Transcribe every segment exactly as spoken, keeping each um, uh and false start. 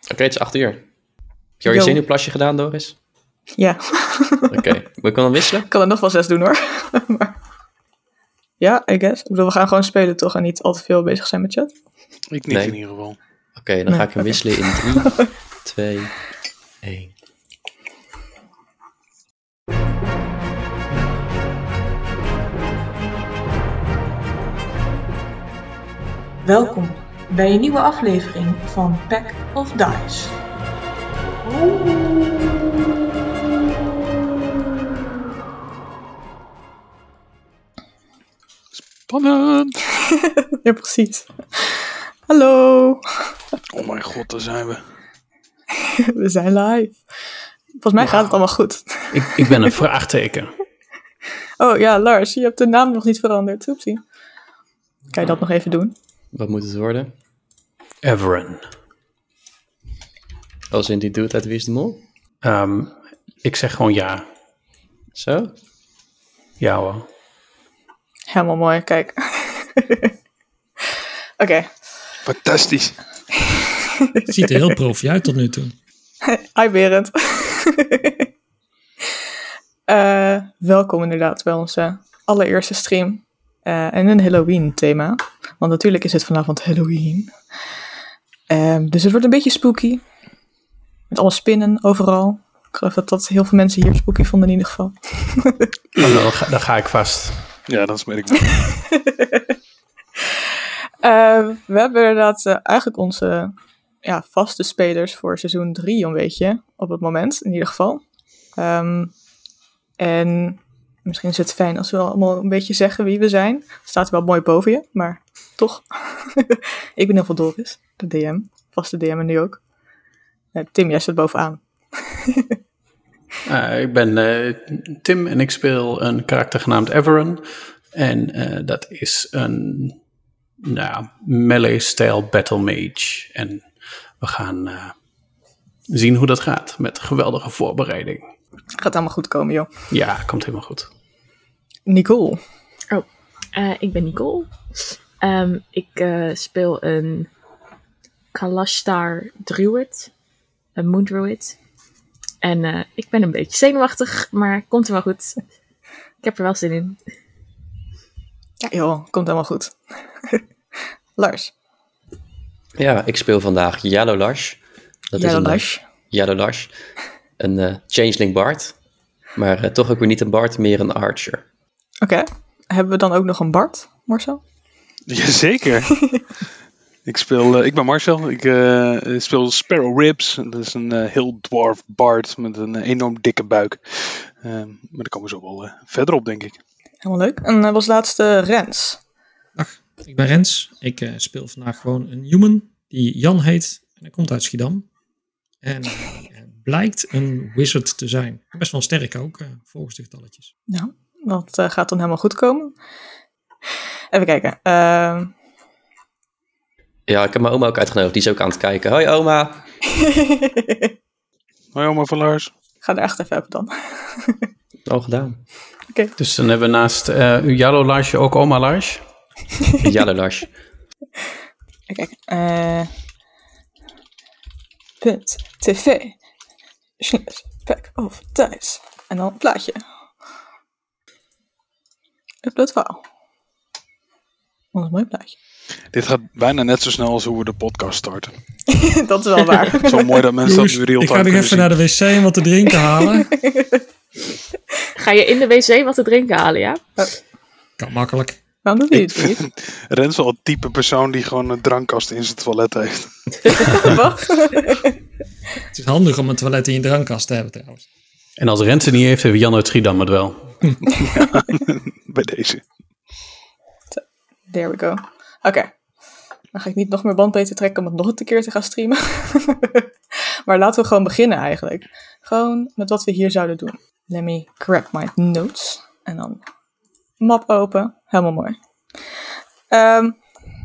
okay, het is acht uur. Heb je al je Yo. zenuwplasje gedaan, Doris? Ja. Oké, okay. Moet ik dan wisselen? Ik kan er nog wel zes doen hoor. maar... Ja, I guess. Ik bedoel, we gaan gewoon spelen toch en niet al te veel bezig zijn met chat. Ik niet Nee. in ieder geval. Oké, okay, dan Nee, ga ik hem okay. wisselen in drie, twee, één. Welkom bij een nieuwe aflevering van Pack of Dice. Spannend! Ja, precies. Hallo. Oh mijn god, daar zijn we. We zijn live. Volgens mij Wow. gaat het allemaal goed. Ik, ik ben een vraagteken. Oh ja, Lars, je hebt de naam nog niet veranderd. Oepsie. Kan je dat nog even doen? Wat moet het worden? Everin. Als in die doet uit Wie is de Mol? Um, ik zeg gewoon ja. Zo? Ja hoor. Helemaal mooi, kijk. Oké. Okay. Fantastisch. Het ziet er heel profi uit tot nu toe. Hi Berend. uh, welkom inderdaad bij onze allereerste stream. Uh, en een Halloween thema. Want natuurlijk is het vanavond Halloween. Um, dus het wordt een beetje spooky. Met allemaal spinnen overal. Ik geloof dat dat heel veel mensen hier spooky vonden in ieder geval. Oh, dan, ga, dan ga ik vast. Ja, dat smeer ik me. uh, we hebben inderdaad uh, eigenlijk onze ja, vaste spelers voor seizoen drie een beetje. Op het moment in ieder geval. Um, en misschien is het fijn als we allemaal een beetje zeggen wie we zijn. Het staat wel mooi boven je, maar toch. Ik ben heel veel Doris, de D M. Vaste D M en nu ook. Uh, Tim, jij staat bovenaan. uh, ik ben uh, Tim en ik speel een karakter genaamd Everin. En uh, dat is een nou, melee-style battle mage. En we gaan uh, zien hoe dat gaat met geweldige voorbereiding. Gaat allemaal goed komen, joh. Ja, komt helemaal goed. Nicole. Oh, uh, ik ben Nicole. Um, ik uh, speel een Kalashtar Druid. Een Moon Druid. En uh, ik ben een beetje zenuwachtig, maar komt er wel goed. Ik heb er wel zin in. Ja joh, komt helemaal goed. Lars. Ja, ik speel vandaag Yellow Lars. Dat Yellow is een, Lars. Yellow Lars. Een uh, changeling bard. Maar uh, toch ook weer niet een bard, meer een archer. Oké. Okay. Hebben we dan ook nog een Bard, Marcel? Jazeker. ik, speel, uh, ik ben Marcel. Ik uh, speel Sparrow Ribs. Dat is een uh, heel dwarf bard met een uh, enorm dikke buik. Uh, maar daar komen we zo wel uh, verder op, denk ik. Helemaal leuk. En uh, was laatste Rens. Dag, ik ben Rens. Ik uh, speel vandaag gewoon een human die Jan heet. En hij komt uit Schiedam. En uh, blijkt een wizard te zijn. Best wel sterk ook, uh, volgens de getalletjes. Ja, dat uh, gaat dan helemaal goed komen. Even kijken. Uh... Ja, ik heb mijn oma ook uitgenodigd. Die is ook aan het kijken. Hoi oma. Hoi oma van Lars. Ga er echt even hebben dan. Al gedaan. Oké. Okay. Dus dan hebben we naast uh, uw Yellow Larsje ook oma Lars. Yellow Lars. Kijk. Uh... Punt. tv. Slash Pack of Dice. En dan een plaatje. Upload file. Wat een mooi plaatje. Dit gaat bijna net zo snel als hoe we de podcast starten. Dat is wel waar. Zo mooi dat mensen Jongens, dat nu real ik time ga nog even zien. naar de wc en wat te drinken halen. Ga je in de wc wat te drinken halen, ja? Kan makkelijk. Waarom doe je Ik het niet? vind Rens wel het type persoon die gewoon een drankkast in zijn toilet heeft. Wat? Het is handig om een toilet in je drankkast te hebben trouwens. En als Rens het niet heeft, heeft Jan uit Schiedam het wel. Ja, bij deze. There we go. Oké. Okay. Dan ga ik niet nog meer bandbreedte trekken om het nog een keer te gaan streamen. Maar laten we gewoon beginnen eigenlijk. Gewoon met wat we hier zouden doen. Let me grab my notes. En dan map open. Helemaal mooi. Um,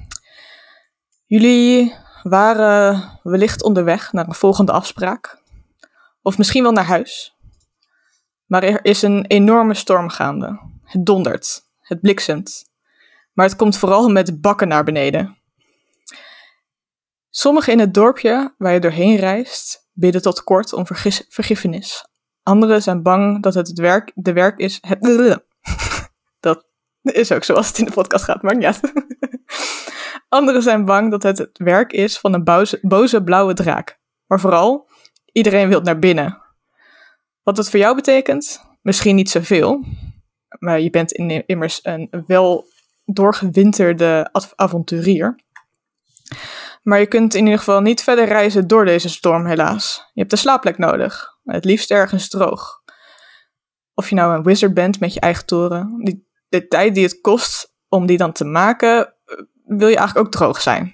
jullie waren wellicht onderweg naar een volgende afspraak. Of misschien wel naar huis. Maar er is een enorme storm gaande. Het dondert. Het bliksemt. Maar het komt vooral met bakken naar beneden. Sommigen in het dorpje waar je doorheen reist, bidden tot kort om vergis- vergiffenis. Anderen zijn bang dat het, het werk, de werk is... Het, dat is ook zoals het in de podcast gaat, maar ja. Anderen zijn bang dat het het werk is van een boze, boze blauwe draak. Maar vooral, iedereen wil naar binnen. Wat dat voor jou betekent? Misschien niet zoveel. Maar je bent in, immers een wel doorgewinterde av- avonturier. Maar je kunt in ieder geval niet verder reizen door deze storm, helaas. Je hebt een slaapplek nodig. Het liefst ergens droog. Of je nou een wizard bent met je eigen toren. Die, de tijd die het kost om die dan te maken, wil je eigenlijk ook droog zijn.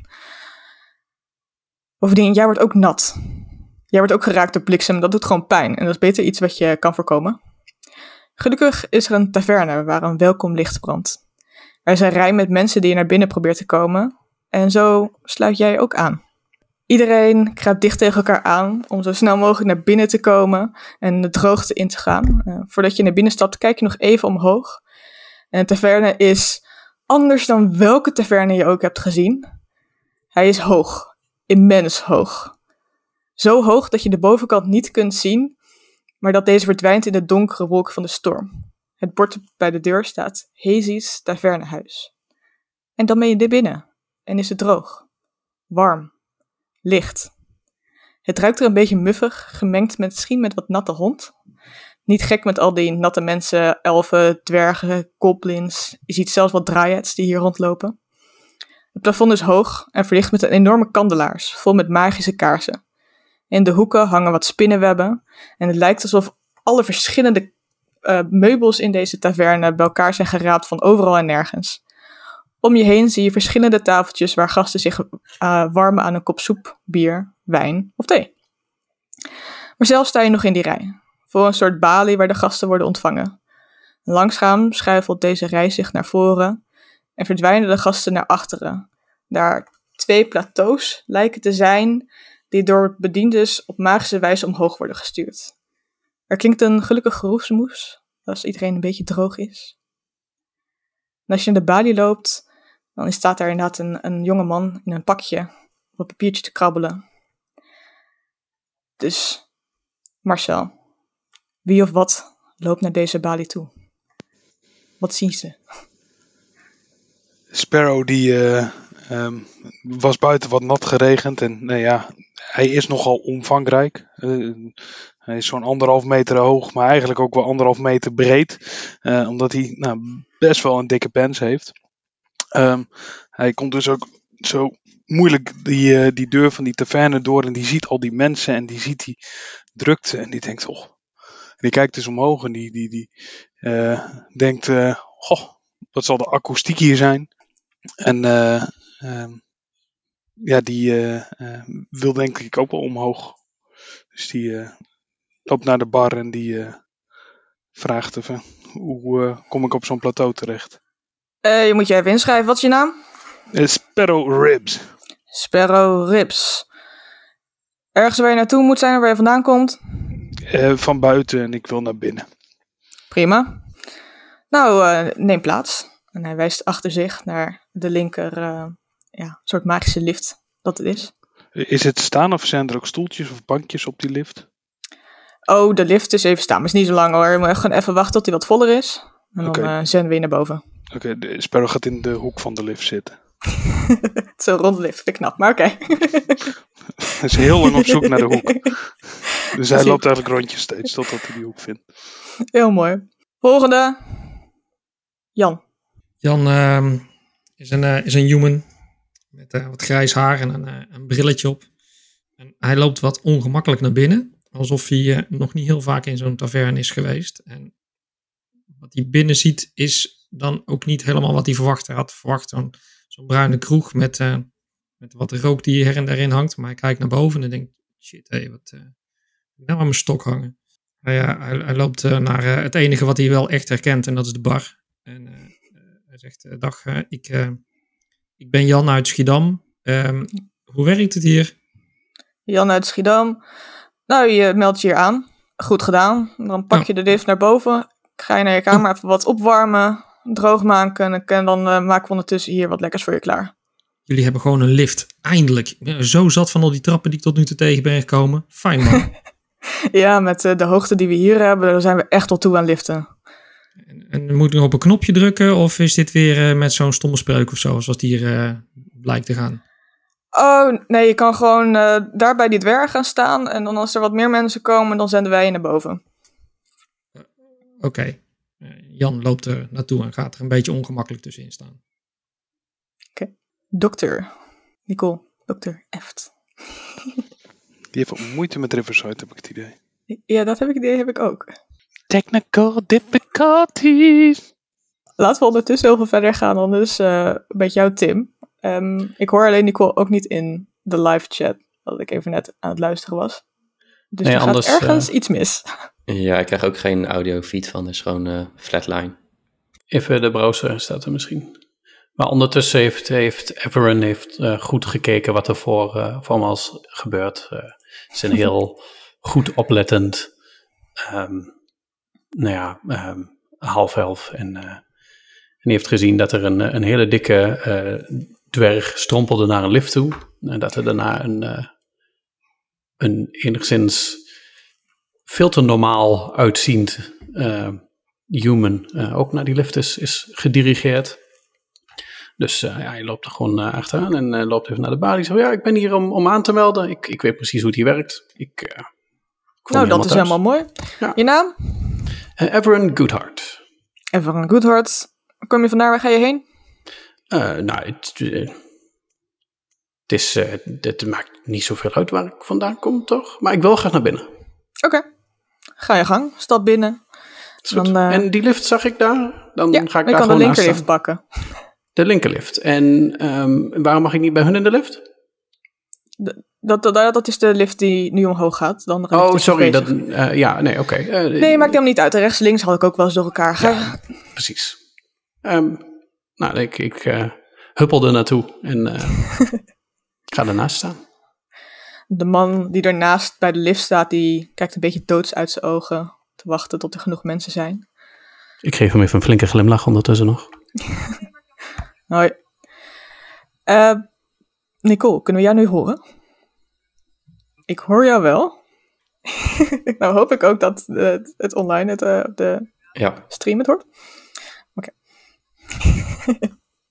Bovendien, jij wordt ook nat. Jij wordt ook geraakt door bliksem. Dat doet gewoon pijn. En dat is beter iets wat je kan voorkomen. Gelukkig is er een taverne waar een welkom licht brandt. Er is een rij met mensen die je naar binnen probeert te komen. En zo sluit jij ook aan. Iedereen kruipt dicht tegen elkaar aan om zo snel mogelijk naar binnen te komen en de droogte in te gaan. Uh, voordat je naar binnen stapt, kijk je nog even omhoog. En de taverne is anders dan welke taverne je ook hebt gezien. Hij is hoog, immens hoog. Zo hoog dat je de bovenkant niet kunt zien, maar dat deze verdwijnt in de donkere wolken van de storm. Het bord bij de deur staat Hazy's Tavernehuis. En dan ben je er binnen en is het droog, warm. Licht. Het ruikt er een beetje muffig, gemengd met, misschien met wat natte hond. Niet gek met al die natte mensen, elfen, dwergen, goblins. Je ziet zelfs wat dryads die hier rondlopen. Het plafond is hoog en verlicht met een enorme kandelaars, vol met magische kaarsen. In de hoeken hangen wat spinnenwebben en het lijkt alsof alle verschillende uh, meubels in deze taverne bij elkaar zijn geraapt van overal en nergens. Om je heen zie je verschillende tafeltjes waar gasten zich uh, warmen aan een kop soep, bier, wijn of thee. Maar zelf sta je nog in die rij, voor een soort balie waar de gasten worden ontvangen. Langzaam schuifelt deze rij zich naar voren en verdwijnen de gasten naar achteren. Daar twee plateaus lijken te zijn die door bediendes op magische wijze omhoog worden gestuurd. Er klinkt een gelukkig geroesmoes als iedereen een beetje droog is. En als je naar de balie loopt, dan staat daar inderdaad een, een jonge man in een pakje op een papiertje te krabbelen. Dus, Marcel, wie of wat loopt naar deze balie toe? Wat zien ze? Sparrow die uh, um, was buiten wat nat geregend en nou ja, hij is nogal omvangrijk. Uh, hij is zo'n anderhalf meter hoog, maar eigenlijk ook wel anderhalf meter breed. Uh, omdat hij nou, best wel een dikke pens heeft. Um, hij komt dus ook zo moeilijk die, uh, die deur van die taverne door en die ziet al die mensen en die ziet die drukte en die denkt, oh. En die kijkt dus omhoog en die, die, die uh, denkt, uh, goh, wat zal de akoestiek hier zijn? En uh, uh, ja, die uh, uh, wil denk ik ook wel omhoog. Dus die uh, loopt naar de bar en die uh, vraagt even, hoe uh, kom ik op zo'n plateau terecht? Uh, je moet je even inschrijven. Wat is je naam? Uh, Sparrow Ribs. Sparrow Ribs. Ergens waar je naartoe moet zijn, waar je vandaan komt? Uh, van buiten en ik wil naar binnen. Prima. Nou, uh, neem plaats. En hij wijst achter zich naar de linker, uh, ja, soort magische lift dat het is. Is het staan of zijn er ook stoeltjes of bankjes op die lift? Oh, de lift is even staan, maar is niet zo lang hoor. Je moet gewoon even wachten tot hij wat voller is. En dan okay. uh, zenden we je naar boven. Oké, okay, Sparrow gaat in de hoek van de lift zitten. Zo'n ronde lift, vind ik knap, maar oké. Okay. Hij is heel lang op zoek naar de hoek. Dus hij loopt eigenlijk rondjes steeds totdat hij die hoek vindt. Heel mooi. Volgende. Jan. Jan uh, is, een, uh, is een human met uh, wat grijs haar en een, uh, een brilletje op. En hij loopt wat ongemakkelijk naar binnen. Alsof hij uh, nog niet heel vaak in zo'n taverne is geweest. En wat hij binnen ziet is dan ook niet helemaal wat hij verwacht. Hij had verwacht zo'n, zo'n bruine kroeg met, uh, met wat rook die her en daarin hangt. Maar hij kijkt naar boven en denkt, shit, hé, hey, wat uh, ik nou aan mijn stok hangen. Hij, uh, hij, hij loopt uh, naar uh, het enige wat hij wel echt herkent en dat is de bar. En uh, hij zegt, uh, dag, uh, ik, uh, ik ben Jan uit Schiedam. Um, hoe werkt het hier? Jan uit Schiedam. Nou, je meldt je hier aan. Goed gedaan. Dan pak je de lift naar boven. Ga je naar je kamer even wat opwarmen, droog maken. En dan uh, maken we ondertussen hier wat lekkers voor je klaar. jullie hebben gewoon een lift. Eindelijk. Ik ben zo zat van al die trappen die ik tot nu toe tegen ben gekomen. Fijn man. Ja, met uh, de hoogte die we hier hebben, daar zijn we echt al toe aan liften. En, en moet ik nog op een knopje drukken? Of is dit weer uh, met zo'n stomme spreuk of zo, zoals die hier uh, blijkt te gaan? Oh, nee, je kan gewoon uh, daar bij die dwerg gaan staan. En dan als er wat meer mensen komen, dan zenden wij je naar boven. Uh, Oké. Okay. Uh, Jan loopt er naartoe en gaat er een beetje ongemakkelijk tussenin staan. Oké. Okay. Dokter. Nicole. Dokter Eft. Die heeft wat moeite met Riverside, heb ik het idee. Ja, dat heb ik idee, heb ik ook. Technical difficulties. Laten we ondertussen heel veel verder gaan dan dus uh, met jou, Tim. Um, ik hoor alleen Nicole ook niet in de live chat, dat ik even net aan het luisteren was. Dus nee, er gaat anders, ergens uh, iets mis. Ja, ik krijg ook geen audio feed van, dus gewoon uh, flatline. Even de browser staat er misschien. Maar ondertussen heeft, heeft Everin heeft, uh, goed gekeken wat er voor, uh, voor allemaal is gebeurd. Uh, ze zijn heel goed oplettend. Um, nou ja, um, half-elf. En, uh, en die heeft gezien dat er een, een hele dikke uh, dwerg strompelde naar een lift toe. En dat er daarna een, uh, een enigszins veel te normaal uitziend uh, human uh, ook naar die lift is, is gedirigeerd. Dus uh, ja, hij loopt er gewoon uh, achteraan en uh, loopt even naar de balie. Zo, ja, ik ben hier om, om aan te melden. Ik, ik weet precies hoe het hier werkt. Ik, uh, nou, dat is thuis. Helemaal mooi. Ja. Je naam? Uh, Everin Goodhart. Everin Goodhart. Kom je vandaar? Waar ga je heen? Uh, nou, het, uh, het, is, uh, het maakt niet zoveel uit waar ik vandaan kom, toch? Maar ik wil graag naar binnen. Oké. Okay. Ga je gang. Stap binnen. Dan, uh, en die lift zag ik daar? Dan ja, ga ik daar kan de linkerlift pakken. De linkerlift. En um, waarom mag ik niet bij hun in de lift? De, dat, dat, dat is de lift die nu omhoog gaat. De andere oh, sorry. Dat, uh, ja, nee, oké. Okay. Uh, nee, maakt hem niet uit. Rechts, links had ik ook wel eens door elkaar. Ga ja, precies. Um, nou, ik, ik uh, huppelde naartoe en uh, ga ernaast staan. De man die ernaast bij de lift staat, die kijkt een beetje doods uit zijn ogen. Te wachten tot er genoeg mensen zijn. Ik geef hem even een flinke glimlach ondertussen nog. Hoi. Uh, Nicole, kunnen we jou nu horen? Ik hoor jou wel. Nou hoop ik ook dat uh, het online, het, uh, de ja. stream het hoort. Oké. Okay.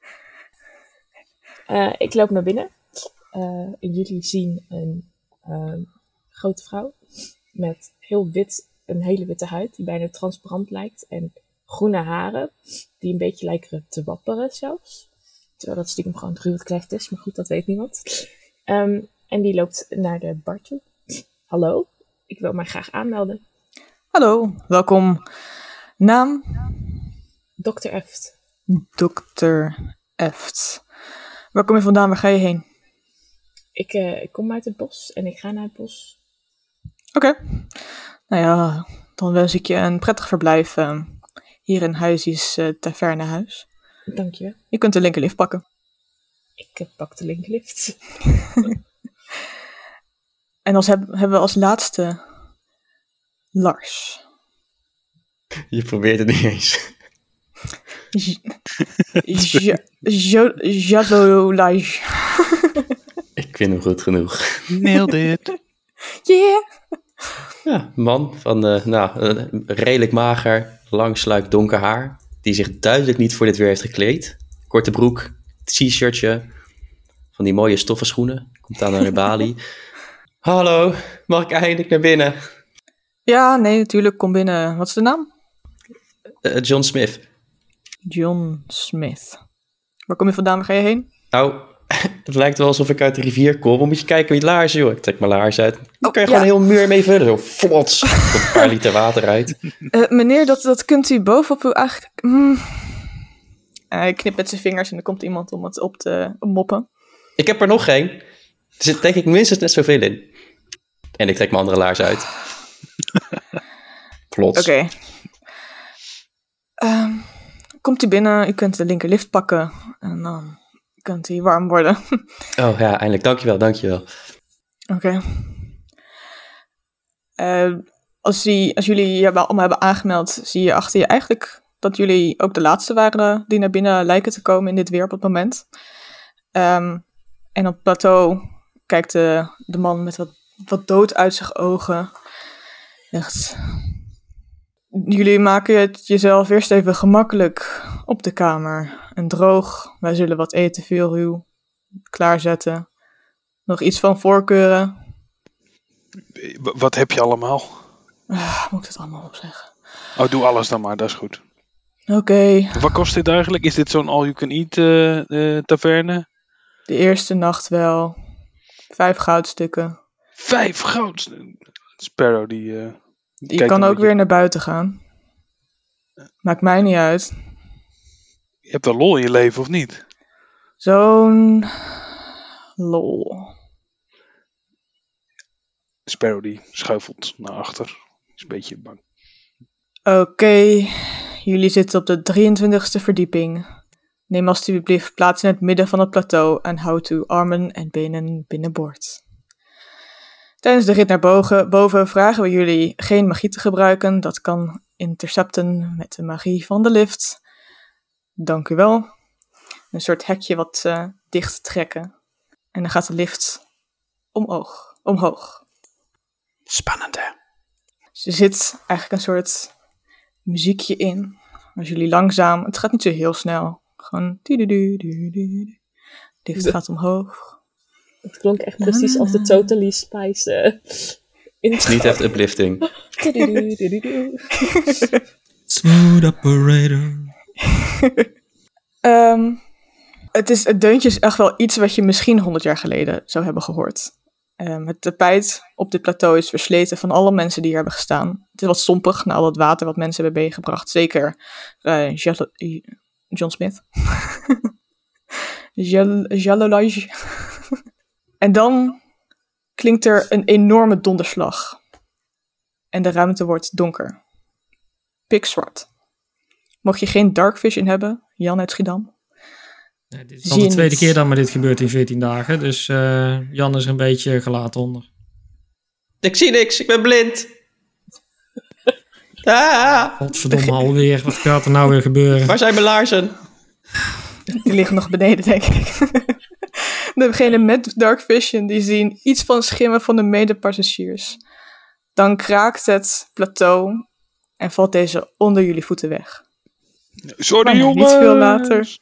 uh, ik loop naar binnen. Uh, jullie zien een uh, grote vrouw met heel wit, een hele witte huid die bijna transparant lijkt en groene haren die een beetje lijken te wapperen zelfs. Terwijl dat stiekem gewoon druidkleft is, maar goed, dat weet niemand. Um, en die loopt naar de bar toe. Hallo, ik wil mij graag aanmelden. Hallo, welkom. Naam? dokter Eft. dokter Eft. Waar kom je vandaan? Waar ga je heen? Ik, uh, ik kom uit het bos en ik ga naar het bos. Oké. Okay. Nou ja, dan wens ik je een prettig verblijf uh, hier in Huisjes uh, Tavernehuis. Dank je. Je kunt de linkerlift pakken. Ik uh, pak de linkerlift. En als heb, hebben we als laatste Lars. Je probeert het niet eens. Jadolage. Ik vind hem goed genoeg. Nailed it. Yeah. Ja, man van uh, nou, een redelijk mager, lang sluik donker haar. Die zich duidelijk niet voor dit weer heeft gekleed. Korte broek, t-shirtje. Van die mooie stoffen schoenen. Komt aan naar de balie. Hallo, mag ik eindelijk naar binnen? Ja, nee, natuurlijk. Kom binnen. Wat is de naam? Uh, John Smith. John Smith. Waar kom je vandaan? Waar ga je heen? Nou, het lijkt wel alsof ik uit de rivier kom. Dan moet je kijken met je laarzen, joh. Ik trek mijn laarzen uit. Dan kan je oh, gewoon ja. een heel muur mee vullen. Zo flots. Er komt een paar liter water uit. Uh, meneer, dat, dat kunt u bovenop uw eigen... Mm. Hij knipt met zijn vingers en er komt iemand om het op te moppen. Ik heb er nog geen. Er zit denk ik minstens net zoveel in. En ik trek mijn andere laars uit. Plots. Oké. Okay. Um, komt u binnen, u kunt de linkerlift pakken. En dan kunt u warm worden. Oh ja, eindelijk. Dankjewel, dankjewel. Oké. Okay. Uh, als, die, als jullie je allemaal hebben aangemeld, zie je achter je eigenlijk dat jullie ook de laatste waren die naar binnen lijken te komen in dit weer op het moment. Um, En op het plateau kijkt de, de man met wat, wat dood uit zijn ogen. Echt. Jullie maken het jezelf eerst even gemakkelijk op de kamer. En droog. Wij zullen wat eten veel ruw klaarzetten. Nog iets van voorkeuren. W- wat heb je allemaal? Ah, moet ik het allemaal opzeggen? Oh, doe alles dan maar, dat is goed. Oké. Okay. Wat kost dit eigenlijk? Is dit zo'n all-you-can-eat uh, uh, taverne? De eerste nacht wel. Vijf goudstukken. Vijf goudstukken? Sparrow die... Uh, die kan ook beetje... weer naar buiten gaan. Maakt mij niet uit. Je hebt wel lol in je leven, of niet? Zo'n... lol. Sparrow die schuifelt naar achter. Is een beetje bang. Oké. Okay. Jullie zitten op de drieëntwintigste verdieping. Neem alstublieft plaats in het midden van het plateau en houd uw armen en benen binnenboord. Tijdens de rit naar boven, boven vragen we jullie geen magie te gebruiken. Dat kan intercepten met de magie van de lift. Dank u wel. Een soort hekje wat uh, dicht trekken. En dan gaat de lift omhoog. omhoog. Spannend, hè? Dus er zit eigenlijk een soort muziekje in. Als jullie langzaam... Het gaat niet zo heel snel. Gewoon... De lift gaat omhoog. Het klonk echt precies als de Totally Spice. Uh, Het is niet echt uplifting. Smooth operator. um, het, is, het deuntje is echt wel iets wat je misschien honderd jaar geleden zou hebben gehoord. Um, het tapijt op dit plateau is versleten van alle mensen die hier hebben gestaan. Het is wat stompig na al het water wat mensen hebben meegebracht. Zeker uh, Jal- John Smith. Jal- Jalolage. En dan klinkt er een enorme donderslag. En de ruimte wordt donker. Pikzwart. Mocht je geen dark vision hebben, Jan uit Schiedam. Ja, dit is al de tweede keer dat me dit gebeurt in veertien dagen. Dus uh, Jan is er een beetje gelaten onder. Ik zie niks, ik ben blind. Ah. Godverdomme alweer, wat gaat er nou weer gebeuren? Waar zijn mijn laarzen? Die liggen nog beneden, denk ik. Degenen met dark vision, die zien iets van schimmen van de medepassagiers. Dan kraakt het plateau en valt deze onder jullie voeten weg. Sorry jongens! Niet veel later.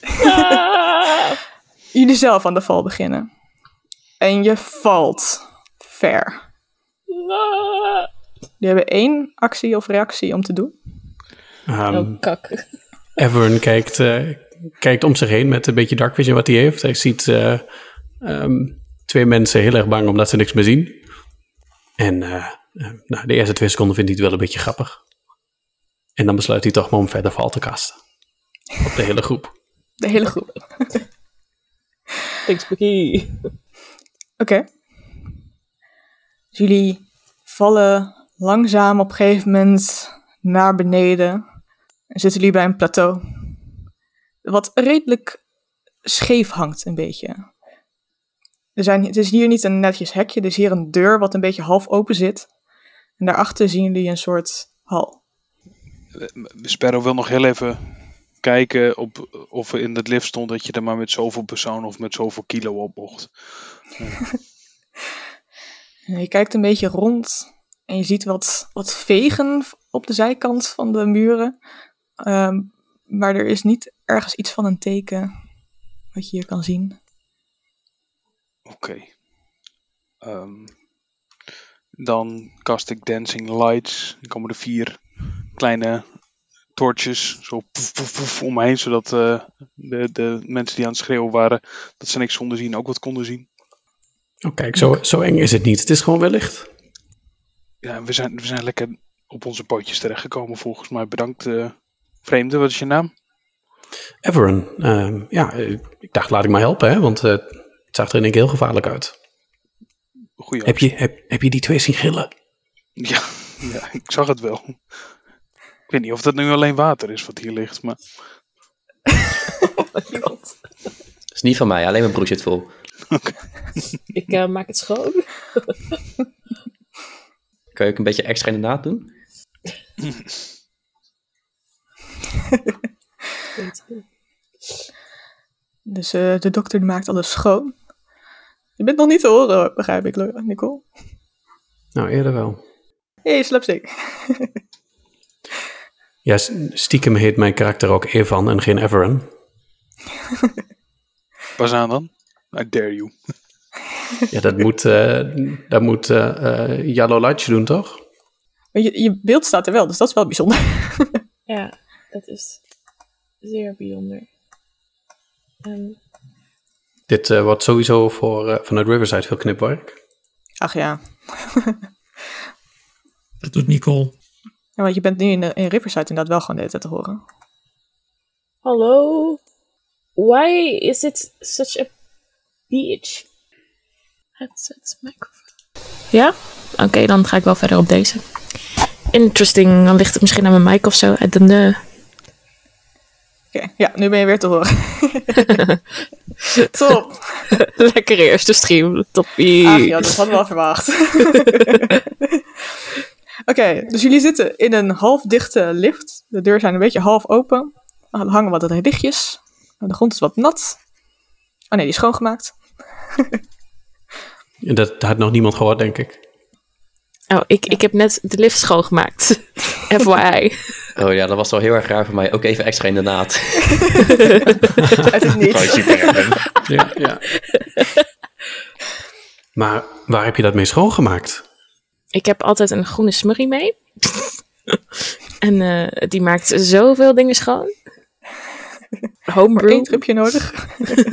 Jullie zelf aan de val beginnen. En je valt ver. Jullie hebben één actie of reactie om te doen. Um, oh, kak. Everin kijkt, uh, kijkt om zich heen met een beetje dark vision wat hij heeft. Hij ziet uh, um, twee mensen heel erg bang omdat ze niks meer zien. En uh, uh, nou, de eerste twee seconden vindt hij het wel een beetje grappig. En dan besluit hij toch maar om verder val te kasten. Op de hele groep. De hele groep. Thanks, Becky. Oké. Okay. Dus jullie vallen langzaam op een gegeven moment naar beneden. En zitten jullie bij een plateau. Wat redelijk scheef hangt een beetje. Er zijn, het is hier niet een netjes hekje. Er is hier een deur wat een beetje half open zit. En daarachter zien jullie een soort hal. Sparrow wil nog heel even kijken op, of er in het lift stond dat je er maar met zoveel persoon of met zoveel kilo op mocht. Ja. Je kijkt een beetje rond en je ziet wat, wat vegen op de zijkant van de muren. Um, maar er is niet ergens iets van een teken wat je hier kan zien. Oké. Okay. Um, dan cast ik Dancing Lights. Dan komen er vier kleine torches zo poef, poef, poef, om me heen, zodat uh, de, de mensen die aan het schreeuwen waren, dat ze niks konden zien, ook wat konden zien. Oh, kijk, zo, zo eng is het niet. Het is gewoon wel licht. Ja, we zijn, we zijn lekker op onze pootjes terechtgekomen volgens mij. Bedankt, uh, vreemde. Wat is je naam? Everin. Uh, ja, ik dacht laat ik maar helpen, hè, want uh, het zag er in één keer heel gevaarlijk uit. Goeie heb, je, heb, heb je die twee zien gillen? Ja, ja, ik zag het wel. Ik weet niet of dat nu alleen water is wat hier ligt, maar... Dat is niet van mij, alleen mijn broek zit vol. Okay. Ik uh, maak het schoon. Kan je ook een beetje extra in de naad doen? Dus uh, de dokter maakt alles schoon. Je bent nog niet te horen, begrijp ik, Nicole. Nou, eerder wel. Hé, hey, slapstick. Ja, stiekem heet mijn karakter ook Evan en geen Everon. Pas aan dan. I dare you. Ja, dat moet, uh, dat moet uh, uh, Jallo Latje doen, toch? Je, je beeld staat er wel, dus dat is wel bijzonder. Ja, dat is zeer bijzonder. Um, Dit uh, wordt sowieso voor, uh, vanuit Riverside veel knipwerk. Ach ja. Dat doet Nicole. Ja, want je bent nu in, in Riverside inderdaad wel gewoon de hele tijd te horen. Hallo? Why is it such a beach? Headset, microphone. Ja? Oké, okay, dan ga ik wel verder op deze. Interesting, dan ligt het misschien aan mijn mic of zo. I don't know. Oké, okay, ja, nu ben je weer te horen. Top. Lekker eerste stream, toppie. Ach ja, dat hadden we wel verwacht. Oké, okay, dus jullie zitten in een halfdichte lift. De deuren zijn een beetje half open. Er hangen wat lichtjes. De grond is wat nat. Oh nee, die is schoongemaakt. Dat had nog niemand gehoord, denk ik. Oh, ik, ik heb net de lift schoongemaakt. F Y I. Oh ja, dat was wel heel erg raar voor mij. Ook even extra in de naad. Uit het niets. Ja, ja. Maar waar heb je dat mee schoongemaakt? Ik heb altijd een groene smurrie mee. En uh, die maakt zoveel dingen schoon. Homebrew. Eén tripje nodig.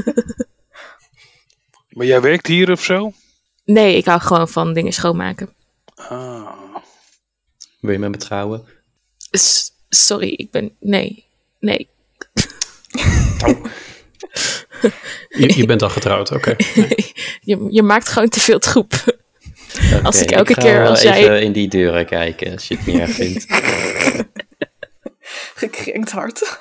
Maar jij werkt hier of zo? Nee, ik hou gewoon van dingen schoonmaken. Ah. Wil je met me trouwen? S- sorry, ik ben... Nee. Nee. Oh. Je, je bent al getrouwd, oké. Okay. je, je maakt gewoon te veel troep. Okay, als ik elke ik ga keer als even jij... in die deuren kijken, als je het niet erg vindt. Gekrenkt hart.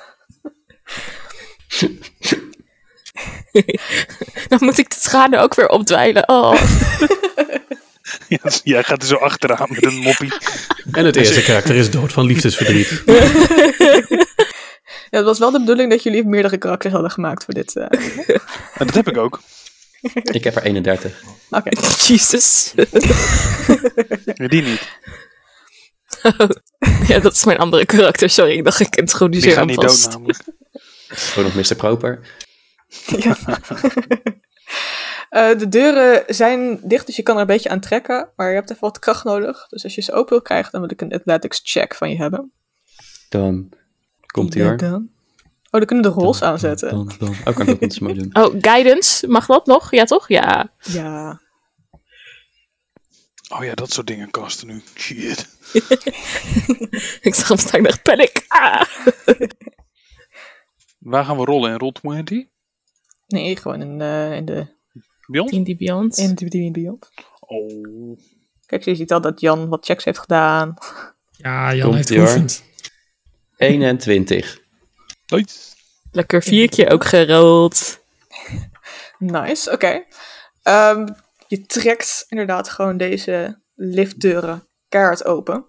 Dan moet ik de tranen ook weer opdwijlen. Oh. Ja, jij gaat er zo achteraan met een moppie. En het eerste karakter is dood van liefdesverdriet. Ja, het was wel de bedoeling dat jullie meerdere karakters hadden gemaakt voor dit. Uh... En dat heb ik ook. Ik heb er eenendertig. Oké. Okay. Jesus. Ja, die niet. Oh. Ja, dat is mijn andere karakter. Sorry, ik dacht ik introduceer hem vast. Die gaat niet dood namelijk. Gewoon nog mister Proper. Ja. uh, de deuren zijn dicht, dus je kan er een beetje aan trekken. Maar je hebt even wat kracht nodig. Dus als je ze open wil krijgen, dan wil ik een athletics check van je hebben. Dan komt hij hoor. Dan. Oh, dan kunnen we de rolls dan, aanzetten. Dan, dan, dan. Oh, kan ik ook iets maar doen. Oh, guidance. Mag dat nog? Ja, toch? Ja. Ja. Oh ja, dat soort dingen kosten nu. Shit. Ik zag hem staan, ik dacht, panic. Ah. Waar gaan we rollen? In Roll twintig? Nee, gewoon in, uh, in de... Beyond? In die Beyond. In de Beyond. Oh. Kijk, je ziet al dat Jan wat checks heeft gedaan. Ja, Jan Komt heeft ie, hoor. geoefend. eenentwintig. Nice. Lekker vier keer ook gerold. Nice, oké. Okay. Um, je trekt inderdaad gewoon deze liftdeuren keihard open.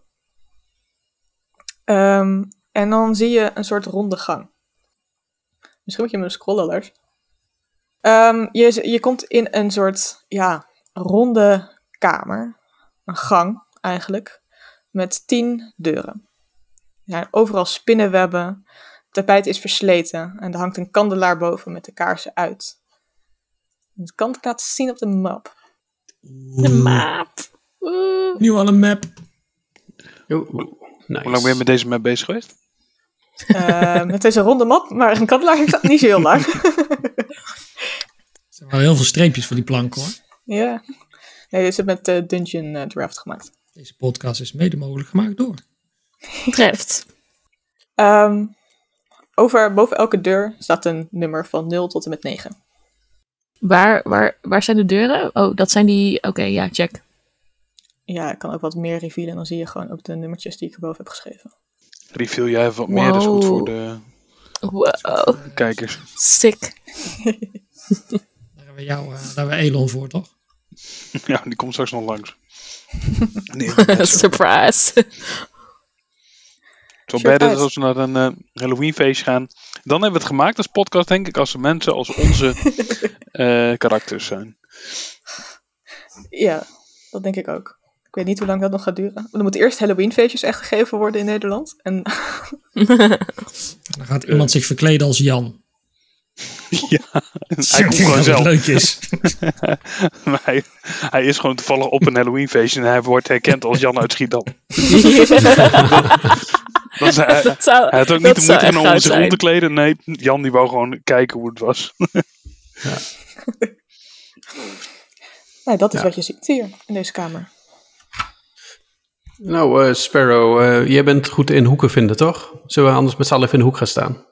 Um, en dan zie je een soort ronde gang. Misschien moet je me scrollen, Lars. Um, je, je komt in een soort, ja, ronde kamer. Een gang, eigenlijk. Met tien deuren. Ja, overal spinnenwebben. Het tapijt is versleten. En er hangt een kandelaar boven met de kaarsen uit. Dat kan ik laten zien op de map. De map. Uh. Nu al een map. Oeh, oeh, nice. Hoe lang ben je met deze map bezig geweest? Uh, met deze ronde map, maar een kandelaar heeft dat niet zo heel lang. Er zijn wel heel veel streepjes voor die plank hoor. Ja. Nee, dit is met uh, Dungeon uh, Draft gemaakt. Deze podcast is mede mogelijk gemaakt door. Treft. Um, over, boven elke deur staat een nummer van nul tot en met negen. Waar, waar, waar zijn de deuren? Oh, dat zijn die... Oké, okay, ja, check. Ja, ik kan ook wat meer revealen. Dan zie je gewoon ook de nummertjes die ik erboven heb geschreven. Reveal jij even wat meer, wow. Dat is goed voor de, wow. voor de kijkers. Sick. Daar hebben we jou, uh, daar hebben we Elon voor, toch? Ja, die komt straks nog langs. Nee, surprise. Zo bij dat als we naar een uh, Halloween feest gaan. Dan hebben we het gemaakt als podcast, denk ik, als we mensen als onze uh, karakters zijn. Ja, dat denk ik ook. Ik weet niet hoe lang dat nog gaat duren. Er moeten eerst Halloween-feestjes echt gegeven worden in Nederland. En Dan gaat iemand zich verkleden als Jan. Ja, hij komt Ik gewoon denk dat zelf. het leuk is. Maar hij, hij is gewoon toevallig op een Halloween-feestje en hij wordt herkend als Jan uit Schiedam. Dat is, hij, Dat zou, hij had ook niet dat de zou moeite echt genomen om goud zich zijn. om te kleden. Nee, Jan die wou gewoon kijken hoe het was. nou, dat is Ja. wat je ziet hier in deze kamer. Nou, uh, Sparrow, uh, jij bent goed in hoeken vinden, toch? Zullen we anders met z'n allen even in de hoek gaan staan?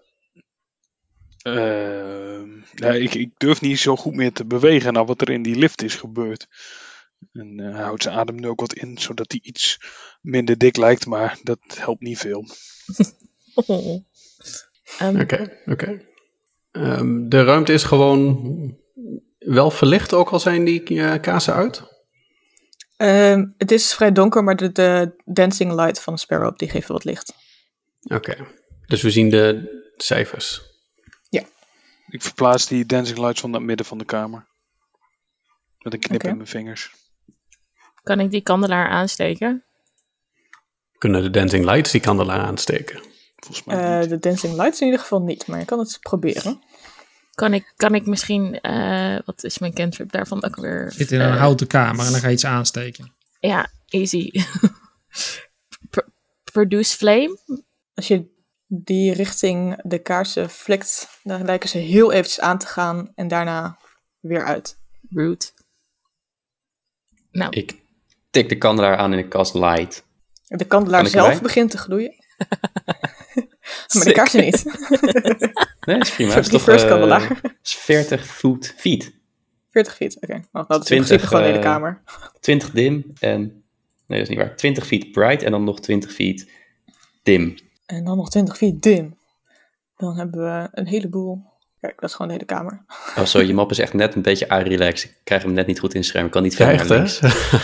Uh, ja, ik, ik durf niet zo goed meer te bewegen naar wat er in die lift is gebeurd. En uh, hij houdt zijn adem nu ook wat in, zodat hij iets minder dik lijkt, maar dat helpt niet veel. Oh. Um, Oké, okay, oké. Okay. Um, de ruimte is gewoon wel verlicht, ook al zijn die uh, kaarsen uit? Um, het is vrij donker, maar de, de dancing light van Sparrow die geeft wat licht. Oké, okay. Dus we zien de cijfers. Ja. Ik verplaats die dancing lights van het midden van de kamer. Met een knip Okay. in mijn vingers. Kan ik die kandelaar aansteken? Kunnen de dancing lights die kandelaar aansteken? Volgens mij Uh, niet. de dancing lights in ieder geval niet, maar je kan het proberen. Kan ik, kan ik misschien... Uh, wat is mijn cantrip daarvan ook weer? Zit in een Uh, houten kamer en dan ga je iets aansteken. Ja, easy. Pro- produce flame? Als je die richting de kaarsen flikt, dan lijken ze heel eventjes aan te gaan en daarna weer uit. Rude. Nou, Ik tik de kandelaar aan en ik cast light. De kandelaar Kan ik zelf erbij? begint te gloeien. Maar de kaarsen niet. Nee, dat is prima. Voor Dat is die toch first uh, kandelaar. is veertig voet feet. veertig feet, oké. Okay. Nou, dat is in twintig, principe gewoon de hele uh, kamer. twintig dim en... Nee, dat is niet waar. twintig feet bright en dan nog twintig feet dim. En dan nog twintig feet dim. Dan hebben we een heleboel... Kijk, dat is gewoon de hele kamer. Oh, sorry, je map is echt net een beetje a-relaxed. Ik krijg hem net niet goed in het scherm. Ik kan niet Ja, verder echt, naar links.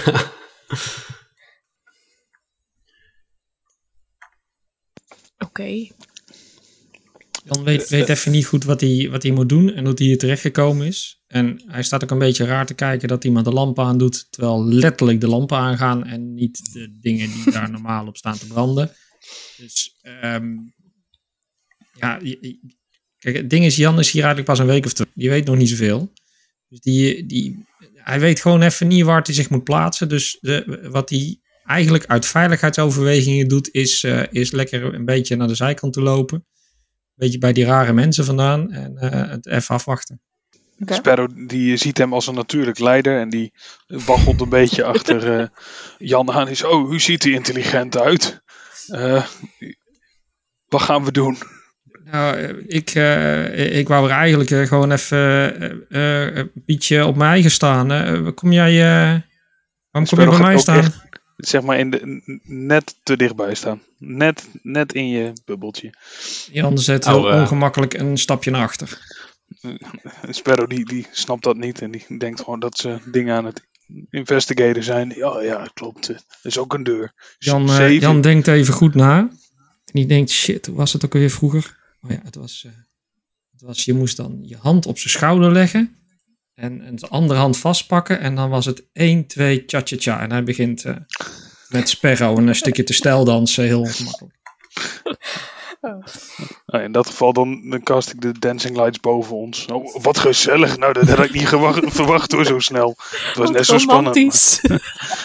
oké. Okay. Jan weet, weet even niet goed wat hij, wat hij moet doen en hoe hij hier terechtgekomen is. En hij staat ook een beetje raar te kijken dat iemand de lampen aandoet, terwijl letterlijk de lampen aangaan en niet de dingen die daar normaal op staan te branden. Dus um, ja, kijk, het ding is, Jan is hier eigenlijk pas een week of twee. Die weet nog niet zoveel. Dus die, die, hij weet gewoon even niet waar hij zich moet plaatsen. Dus de, wat hij eigenlijk uit veiligheidsoverwegingen doet, is, uh, is lekker een beetje naar de zijkant te lopen. Een beetje bij die rare mensen vandaan en uh, het even afwachten. Okay. Sparrow die ziet hem als een natuurlijk leider en die waggelt een beetje achter uh, Jan aan. Is, oh, hoe ziet hij intelligent uit? Uh, wat gaan we doen? Nou, ik, uh, ik wou er eigenlijk uh, gewoon even uh, uh, een beetje op mijn eigen staan. Uh, kom jij, uh, waarom kom je bij mij staan? Echt, zeg maar in de, net te dichtbij staan. Net, net in je bubbeltje. Jan zet heel oh, uh, ongemakkelijk een stapje naar achter. Sparrow die, die snapt dat niet en die denkt gewoon dat ze dingen aan het investigaten zijn. Ja, ja, klopt. Dat is ook een deur. Jan, uh, Jan denkt even goed na. En die denkt, shit, hoe was het ook alweer vroeger? Oh ja, het was, uh, het was, je moest dan je hand op zijn schouder leggen en, en de andere hand vastpakken en dan was het één, twee, cha-cha-cha. En hij begint uh, met Sparrow een stukje te stijldansen, heel ongemakkelijk. Oh. Nou, in dat geval dan, dan cast ik de dancing lights boven ons. Oh, wat gezellig. Nou, dat had ik niet gewacht, verwacht hoor, zo snel. Het was wat net zo spannend. Maar...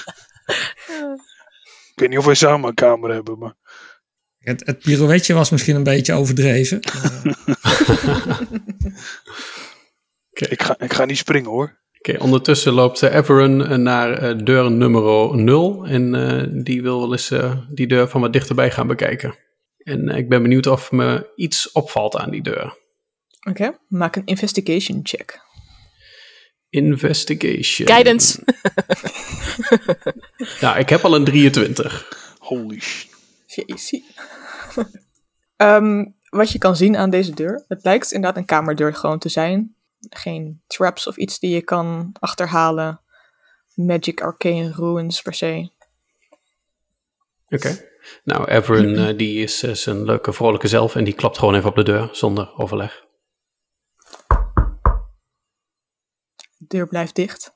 ik weet niet of wij samen een kamer hebben, maar... Het, het pirouetje was misschien een beetje overdreven. Maar... okay. ik, ga, ik ga niet springen hoor. Oké, okay, ondertussen loopt uh, Everon uh, naar uh, deur nummer nul. En uh, die wil wel eens uh, die deur van wat dichterbij gaan bekijken. En uh, ik ben benieuwd of me iets opvalt aan die deur. Oké, okay, maak een investigation check. Investigation. Guidance. Nou, ik heb al een drieëntwintig. Holy shit. Jezus. um, wat je kan zien aan deze deur, het lijkt inderdaad een kamerdeur gewoon te zijn. Geen traps of iets die je kan achterhalen. Magic Arcane Ruins per se. Oké. Okay. Nou, Everon uh, die is uh, zijn leuke vrolijke zelf en die klapt gewoon even op de deur zonder overleg. deur blijft dicht.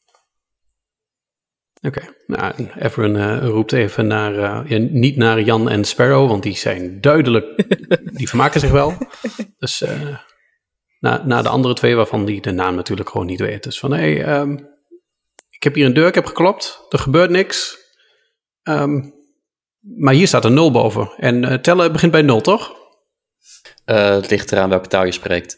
Oké, okay. nou, Everin uh, roept even naar, uh, ja, niet naar Jan en Sparrow, want die zijn duidelijk, die vermaken zich wel. Dus uh, naar, naar de andere twee, waarvan die de naam natuurlijk gewoon niet weet. Dus van, hé, hey, um, ik heb hier een deur, ik heb geklopt, er gebeurt niks. Um, maar hier staat een nul boven. En uh, tellen begint bij nul, toch? Uh, het ligt eraan welke taal je spreekt.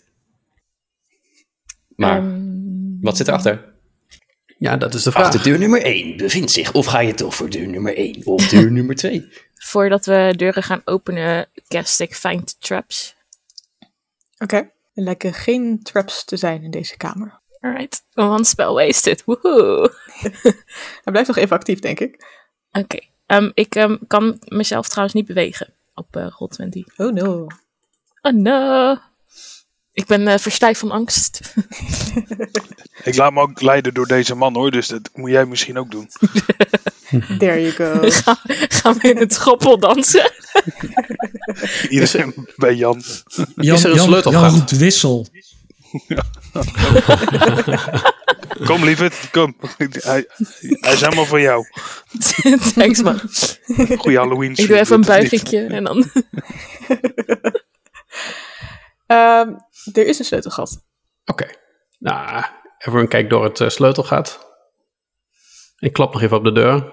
Maar, Um, wat zit erachter? Ja, dat is de vraag. Achter deur nummer één bevindt zich, of ga je toch voor deur nummer één of deur nummer twee? Voordat we deuren gaan openen, cast ik Find Traps. Oké. Okay. Er lijken geen traps te zijn in deze kamer. Alright, one spell wasted. Woehoe. Hij blijft nog even actief, denk ik. Oké. Okay. Um, ik um, kan mezelf trouwens niet bewegen op uh, Roll twintig. Oh no. Oh no. Ik ben uh, verstijfd van angst. Ik laat me ook leiden door deze man, hoor. Dus dat moet jij misschien ook doen. There you go. Ga, gaan we in het schoppel dansen? Iedereen bij Jan. Jan, Is er een Jan, sleutel? Jan roept wissel. Ja. Kom, lieverd. Kom. Hij, hij is helemaal van jou. Thanks, man. Goeie Halloween. Ik doe even een buigingje en dan... Um, er is een sleutelgat. Oké. Okay. Nou, Everin kijkt door het uh, sleutelgat. Ik klap nog even op de deur.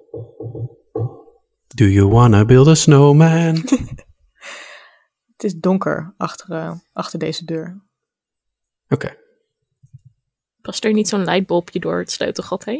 Do you wanna build a snowman? Het is donker achter, uh, achter deze deur. Oké. Okay. Past er niet zo'n lightbulbje door het sleutelgat heen?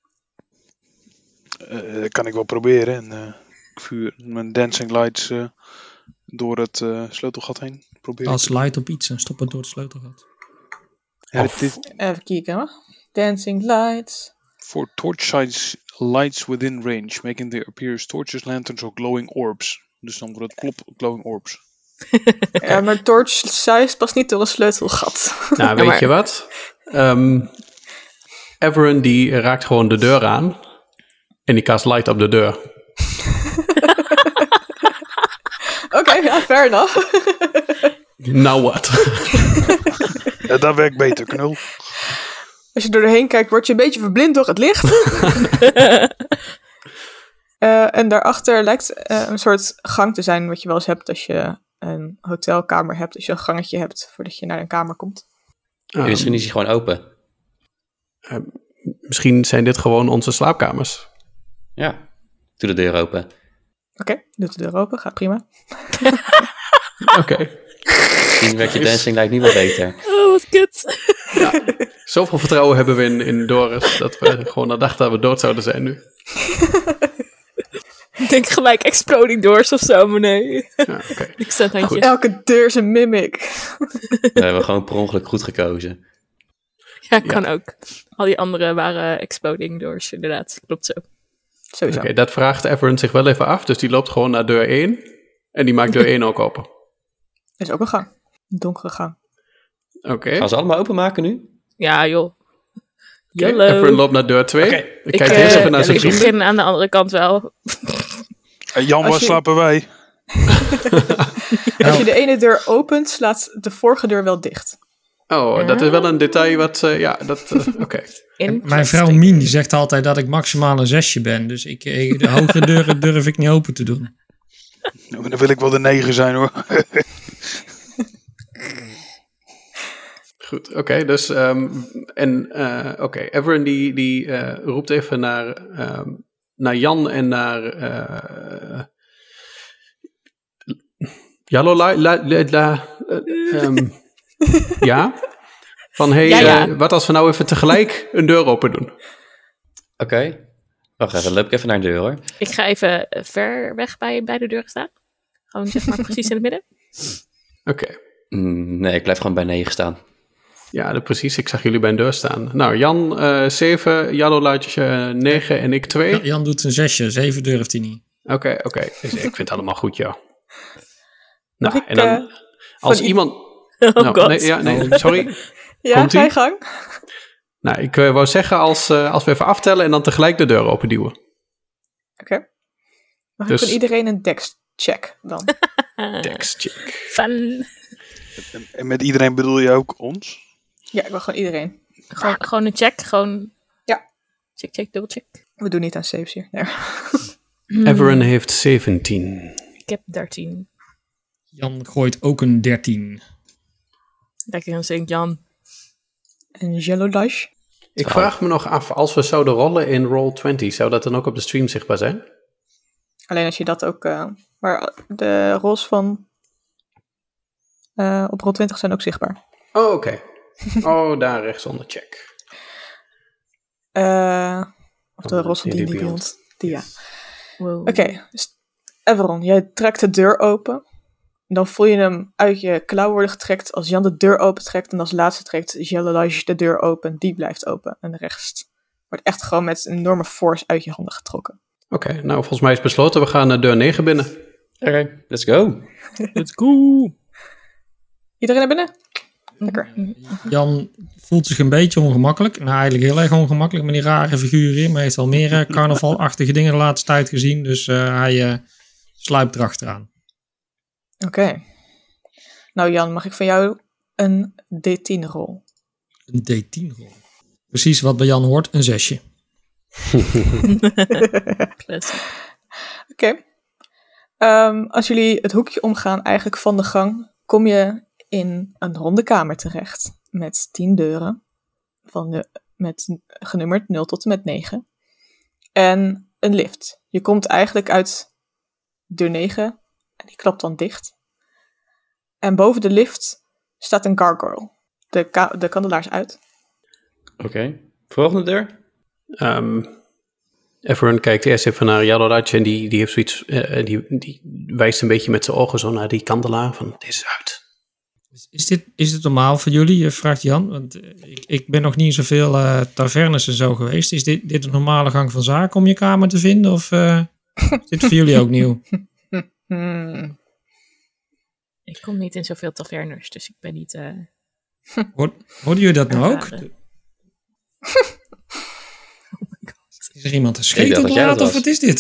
Uh, dat kan ik wel proberen. En, uh, ik vuur mijn dancing lights uh, door het uh, sleutelgat heen. Probeer Als light op iets en stop het door het sleutelgat. Ja, Of, dit, even kijken hoor. Dancing lights. For torch size lights within range, making there appear torches, lanterns or glowing orbs. Dus dan wordt het klop glowing orbs. Ja, maar torch size past niet door een sleutelgat. Nou, weet ja, maar... je wat? Um, Everin die raakt gewoon de deur aan. En die cast light op de deur. Oké, okay, ja, fair enough. Nou wat? Ja, dat werkt beter, knul. Als je door doorheen kijkt, word je een beetje verblind door het licht. uh, en daarachter lijkt uh, een soort gang te zijn wat je wel eens hebt als je een hotelkamer hebt. Als je een gangetje hebt voordat je naar een kamer komt. Um, ja, misschien is hij gewoon open. Uh, misschien zijn dit gewoon onze slaapkamers. Ja, doe de deur open. Oké, okay, doe de deur open, gaat prima. Oké. Okay. Misschien werkt je dancing lijkt niet wel beter. Oh, wat kut. Ja, zoveel vertrouwen hebben we in, in Doris, dat we gewoon al dachten dat we dood zouden zijn nu. Ik denk gelijk exploding doors of zo, maar nee. Ja, okay. Ik zet handje. Goed. Elke deur is een mimic. We hebben gewoon per ongeluk goed gekozen. Ja, kan ja. ook. Al die andere waren exploding doors, inderdaad. Klopt zo. Sowieso. Oké, okay, dat vraagt Everin zich wel even af, dus die loopt gewoon naar deur één. En die maakt deur één ook open. Er is ook een gang. Een donkere gang. Oké. Okay. Gaan ze allemaal openmaken nu? Ja, joh. Okay. Everin loopt naar deur twee. Okay. Ik, ik kijk uh, eerst even naar zijn vrienden. Ik begin aan de andere kant wel. Uh, Jan, waar je... slapen wij? Als je de ene deur opent, slaat de vorige deur wel dicht. Oh, ja. Dat is wel een detail wat... Uh, ja, dat... Uh, Oké. Okay. Mijn vrouw Mien die zegt altijd dat ik maximaal een zesje ben. Dus ik, ik, de hogere deuren durf ik niet open te doen. Nou, dan wil ik wel de negen zijn, hoor. Goed, oké. Okay, dus... Um, en... Uh, oké, okay, Everin die, die uh, roept even naar... Um, naar Jan en naar... Uh, Jallo la... la, la, la uh, um, ja? Van, hey, ja, ja. Uh, wat als we nou even tegelijk een deur open doen? Oké. Okay. Wacht even, dan loop ik even naar de deur, hoor. Ik ga even ver weg bij, bij de deur staan. Gewoon zeg maar precies in het midden. Oké. Okay. Mm, nee, ik blijf gewoon bij negen staan. Ja, de, precies. Ik zag jullie bij een deur staan. Nou, Jan uh, zeven, Jallo laatje negen en ik twee. Ja, Jan doet een zesje, zeven durft hij niet. Oké, okay, oké. Okay. Dus ik vind het allemaal goed, joh. Nou, ik, en dan, uh, als iemand... Oh nou, god. Nee, ja, nee, sorry. Ja, ga je gang. Nou, ik uh, wou zeggen als, uh, als we even aftellen en dan tegelijk de deur openduwen. Oké. Okay. Mag dus... ik van iedereen een dex-check dan? Dex-check. Fun. En met iedereen bedoel je ook ons? Ja, ik wil gewoon iedereen. Gewoon, gewoon een check, gewoon... Ja. Check, check, double check. We doen niet aan saves hier. Nee. Everon heeft zeventien. Ik heb dertien. Jan gooit ook een dertien. Lekker een Sint-Jan. En Yellow Dash. Ik vraag me nog af, als we zouden rollen in Roll twintig, zou dat dan ook op de stream zichtbaar zijn? Alleen als je dat ook... Uh, maar de rolls van... Uh, op Roll twintig zijn ook zichtbaar. Oh, oké. Okay. Oh, daar rechtsonder check. Uh, of de Oh, rolls van D D and D D Beyond. Die, ja. Wow. Oké, okay, dus Everon, jij trekt de deur open. En dan voel je hem uit je klauw worden getrekt. Als Jan de deur open trekt en als laatste trekt Jellalage de deur open. Die blijft open. En de rest wordt echt gewoon met een enorme force uit je handen getrokken. Oké, okay, nou volgens mij is besloten. We gaan naar deur negen binnen. Oké, okay, let's go. Let's go. Iedereen naar binnen? Lekker. Jan voelt zich een beetje ongemakkelijk. Nou, eigenlijk heel erg ongemakkelijk met die rare figuren in. Maar hij heeft al meer uh, carnavalachtige dingen de laatste tijd gezien. Dus uh, hij uh, sluipt erachteraan. Oké. Okay. Nou Jan, mag ik van jou een D tien rol? Een D tien rol? Precies wat bij Jan hoort, een zesje. Classic. Oké. Okay. Um, als jullie het hoekje omgaan eigenlijk van de gang, kom je in een ronde kamer terecht. Met tien deuren. Van de, met genummerd nul tot en met negen. En een lift. Je komt eigenlijk uit deur negen. En die klapt dan dicht. En boven de lift staat een gargoyle. De, ka- de kandelaar is uit. Oké. Okay. Volgende deur. Um, Everon kijkt eerst even naar Jellalage en die, die heeft zoiets, uh, die, die wijst een beetje met zijn ogen zo naar die kandelaar van, dit is uit. Is dit, is dit normaal voor jullie, vraagt Jan? Want ik, ik ben nog niet zoveel uh, tavernes en zo geweest. Is dit, dit een normale gang van zaken om je kamer te vinden? Of uh, is dit voor jullie ook nieuw? Hmm. Ik kom niet in zoveel tavernes, dus ik ben niet... Uh... Hoor, hoorden jullie dat nou ook? Oh my god. Is er iemand een scheet op de laat of wat is dit?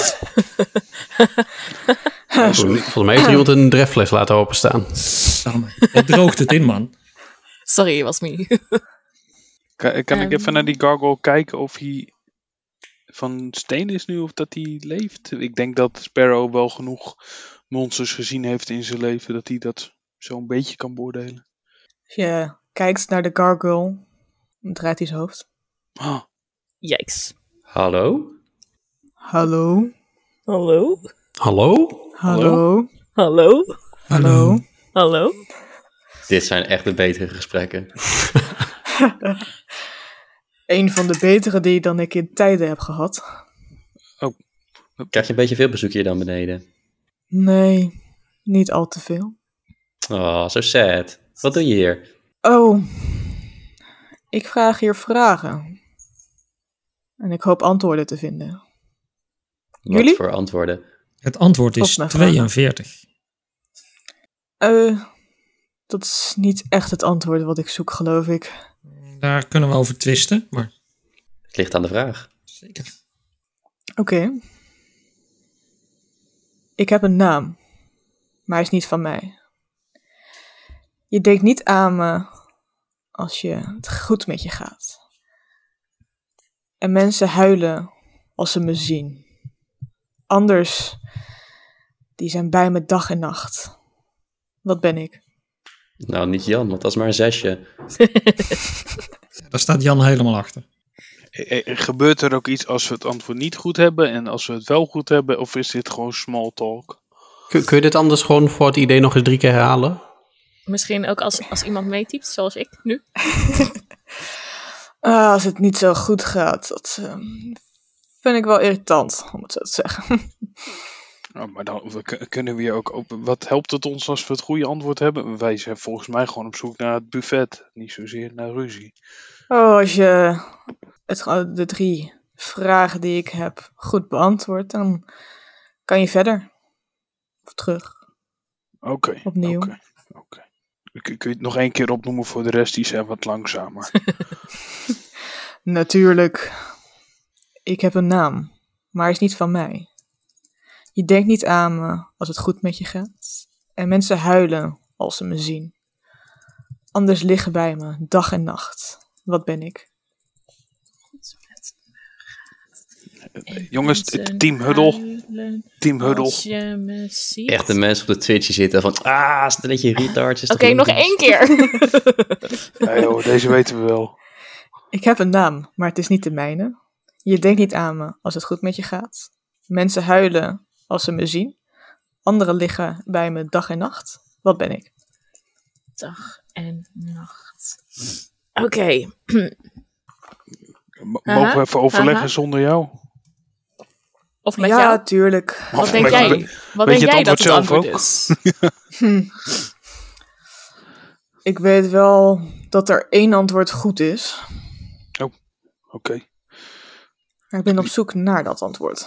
Volgens mij heeft er iemand een dreffles laten openstaan. Samen. Het droogt het in, man. Sorry, was me. Kan, kan um, ik even naar die gargoyle kijken of hij van steen is nu of dat hij leeft? Ik denk dat Sparrow wel genoeg monsters gezien heeft in zijn leven dat hij dat zo'n beetje kan beoordelen. Als je kijkt naar de gargoyle, dan draait hij zijn hoofd. Ah. Yikes. Hallo? Hallo? Hallo? Hallo? Hallo? Hallo? Hallo? Hallo? Dit zijn echt de betere gesprekken. Een van de betere die dan ik in tijden heb gehad. Oh. Krijg je een beetje veel bezoek hier dan beneden? Nee, niet al te veel. Oh, zo sad. Wat doe je hier? Oh, ik vraag hier vragen. En ik hoop antwoorden te vinden. Wat Jullie? voor antwoorden? Het antwoord is tweeënveertig. Eh, uh, dat is niet echt het antwoord wat ik zoek, geloof ik. Daar kunnen we over twisten, maar... Het ligt aan de vraag. Zeker. Oké. Okay. Ik heb een naam, maar hij is niet van mij. Je denkt niet aan me als je het goed met je gaat. En mensen huilen als ze me zien. Anders, die zijn bij me dag en nacht. Wat ben ik? Nou, niet Jan, want dat is maar een zesje. Daar staat Jan helemaal achter. Gebeurt er ook iets als we het antwoord niet goed hebben en als we het wel goed hebben? Of is dit gewoon small talk? Kun, kun je dit anders gewoon voor het idee nog eens drie keer herhalen? Misschien ook als, als iemand meetypt, zoals ik nu. ah, als het niet zo goed gaat, dat uh, vind ik wel irritant, om het zo te zeggen. Nou, maar dan we, kunnen we hier ook open. Wat helpt het ons als we het goede antwoord hebben? Wij zijn volgens mij gewoon op zoek naar het buffet, niet zozeer naar ruzie. Oh, als je het, de drie vragen die ik heb goed beantwoordt, dan kan je verder. Of terug. Oké. Okay, Opnieuw. Okay, okay. Kun je het nog één keer opnoemen voor de rest? Die zijn wat langzamer. Natuurlijk. Ik heb een naam, maar hij is niet van mij. Je denkt niet aan me als het goed met je gaat. En mensen huilen als ze me zien. Anders liggen bij me dag en nacht. Wat ben ik? Jongens, Mensen team Huddle. huilen Team Huddle. Als je me ziet. Echt de mensen op de Twitch zitten van... Ah, stelletje retards. is toch Oké, nog logisch? één keer. Ja, joh, deze weten we wel. Ik heb een naam, maar het is niet de mijne. Je denkt niet aan me als het goed met je gaat. Mensen huilen als ze me zien. Anderen liggen bij me dag en nacht. Wat ben ik? Dag en nacht. Oké. M- Aha, Mogen we even overleggen aha. zonder jou? Of met ja, jou? tuurlijk. Wat Of denk weet jij? je- Wat weet denk je jij het dat het antwoord antwoord zelf is? Ik weet wel dat er één antwoord goed is. Oké, oké. Maar ik ben op zoek naar dat antwoord.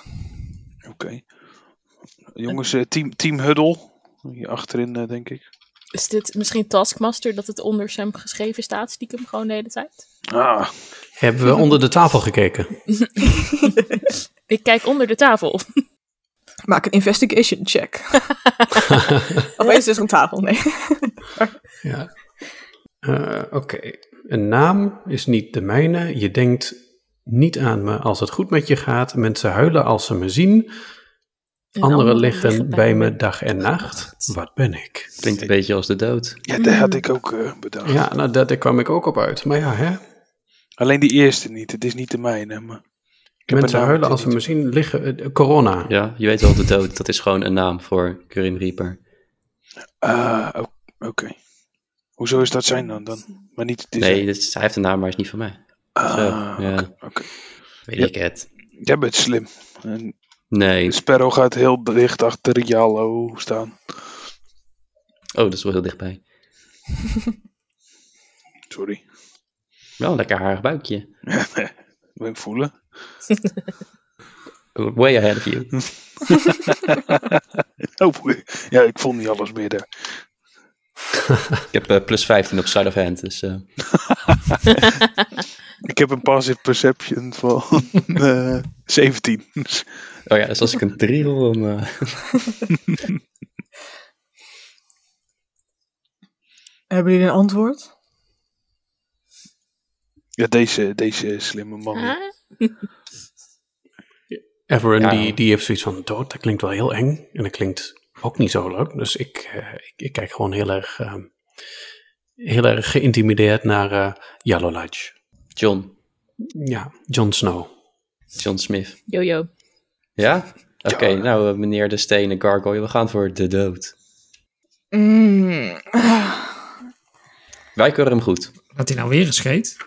Jongens, eh, team, team Huddle. Hier achterin, eh, denk ik. Is dit misschien Taskmaster dat het onder Sam geschreven staat? Stiekem gewoon de hele tijd? Ah, Hebben we onder de tafel gekeken? Ik kijk onder de tafel. Maak een investigation check. Of is het een tafel? Nee. Ja. Uh, Oké. Een naam is niet de mijne. Je denkt niet aan me als het goed met je gaat. Mensen huilen als ze me zien. En Anderen anderen liggen bij me dag en nacht. Wat ben ik? Klinkt een beetje als de dood. ja, daar had ik ook eh, bedacht. Ja, nou, daar daar kwam ik ook op uit. Maar ja, hè. Alleen die eerste niet. Het is niet de mijne. Maar ik heb Mensen een naam huilen die als ze me niet- zien liggen. eh, corona. Ja, je weet wel, de dood. Dat is gewoon een naam voor Grim Reaper. Ah, o- oké. Hoezo is dat zijn dan? dan? Maar niet het is Nee, dit is- hij heeft een naam, maar hij is niet van mij. Ah, Zo, oké, ja. oké. Weet Ja. ik het. Jij bent slim. En Nee. Sparrow gaat heel dicht achter Jallo staan. Oh, dat is wel heel dichtbij. Sorry. Wel een lekker harig buikje. Wil ik voelen? Way ahead of you. Oh, ja, ik vond niet alles meer daar. Ik heb eh, plus vijftien op side of hand, dus... eh, Ik heb een passive perception van eh zeventien. Oh ja, dus als ik een drie rol, dan... eh, Hebben jullie een antwoord? Ja, deze, deze slimme man. Huh? Everin Ja. die, die heeft zoiets van dood. Dat klinkt wel heel eng. En dat klinkt ook niet zo leuk. Dus ik, eh, ik, ik kijk gewoon heel erg, eh, heel erg geïntimideerd naar eh Yellow Lodge. John. Ja, Jon Snow. John Smith. Jojo. Ja? Oké, nou eh, meneer de stenen gargoyle, we gaan voor de dood. Mm. Wij keuren hem goed. Dat hij nou weer een scheet.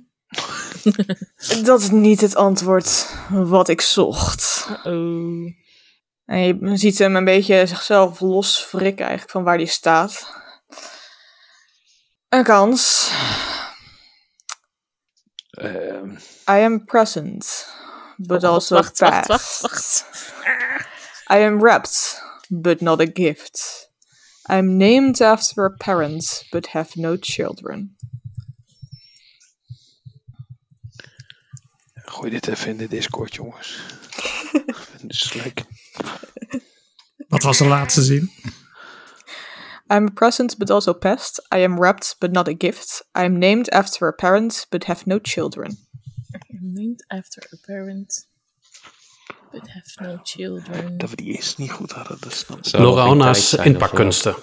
Dat is niet het antwoord wat ik zocht. Uh-oh. En je ziet hem een beetje zichzelf losfrikken eigenlijk van waar hij staat. Een kans. Ehm, I am present, but Oh, also wacht, past. wacht, wacht, wacht. I am wrapped, but not a gift. I am named after a parent, but have no children. gooi dit even in de Discord, jongens. Dat is leuk. Wat was de laatste zin? I am present, but also past. I am wrapped, but not a gift. I am named after a parent, but have no children. Named after a parent, but have no children. Dat we die eerst niet goed hadden, dat snap ik. Zou wel geen Loraona's tijd zijn inpakkunsten.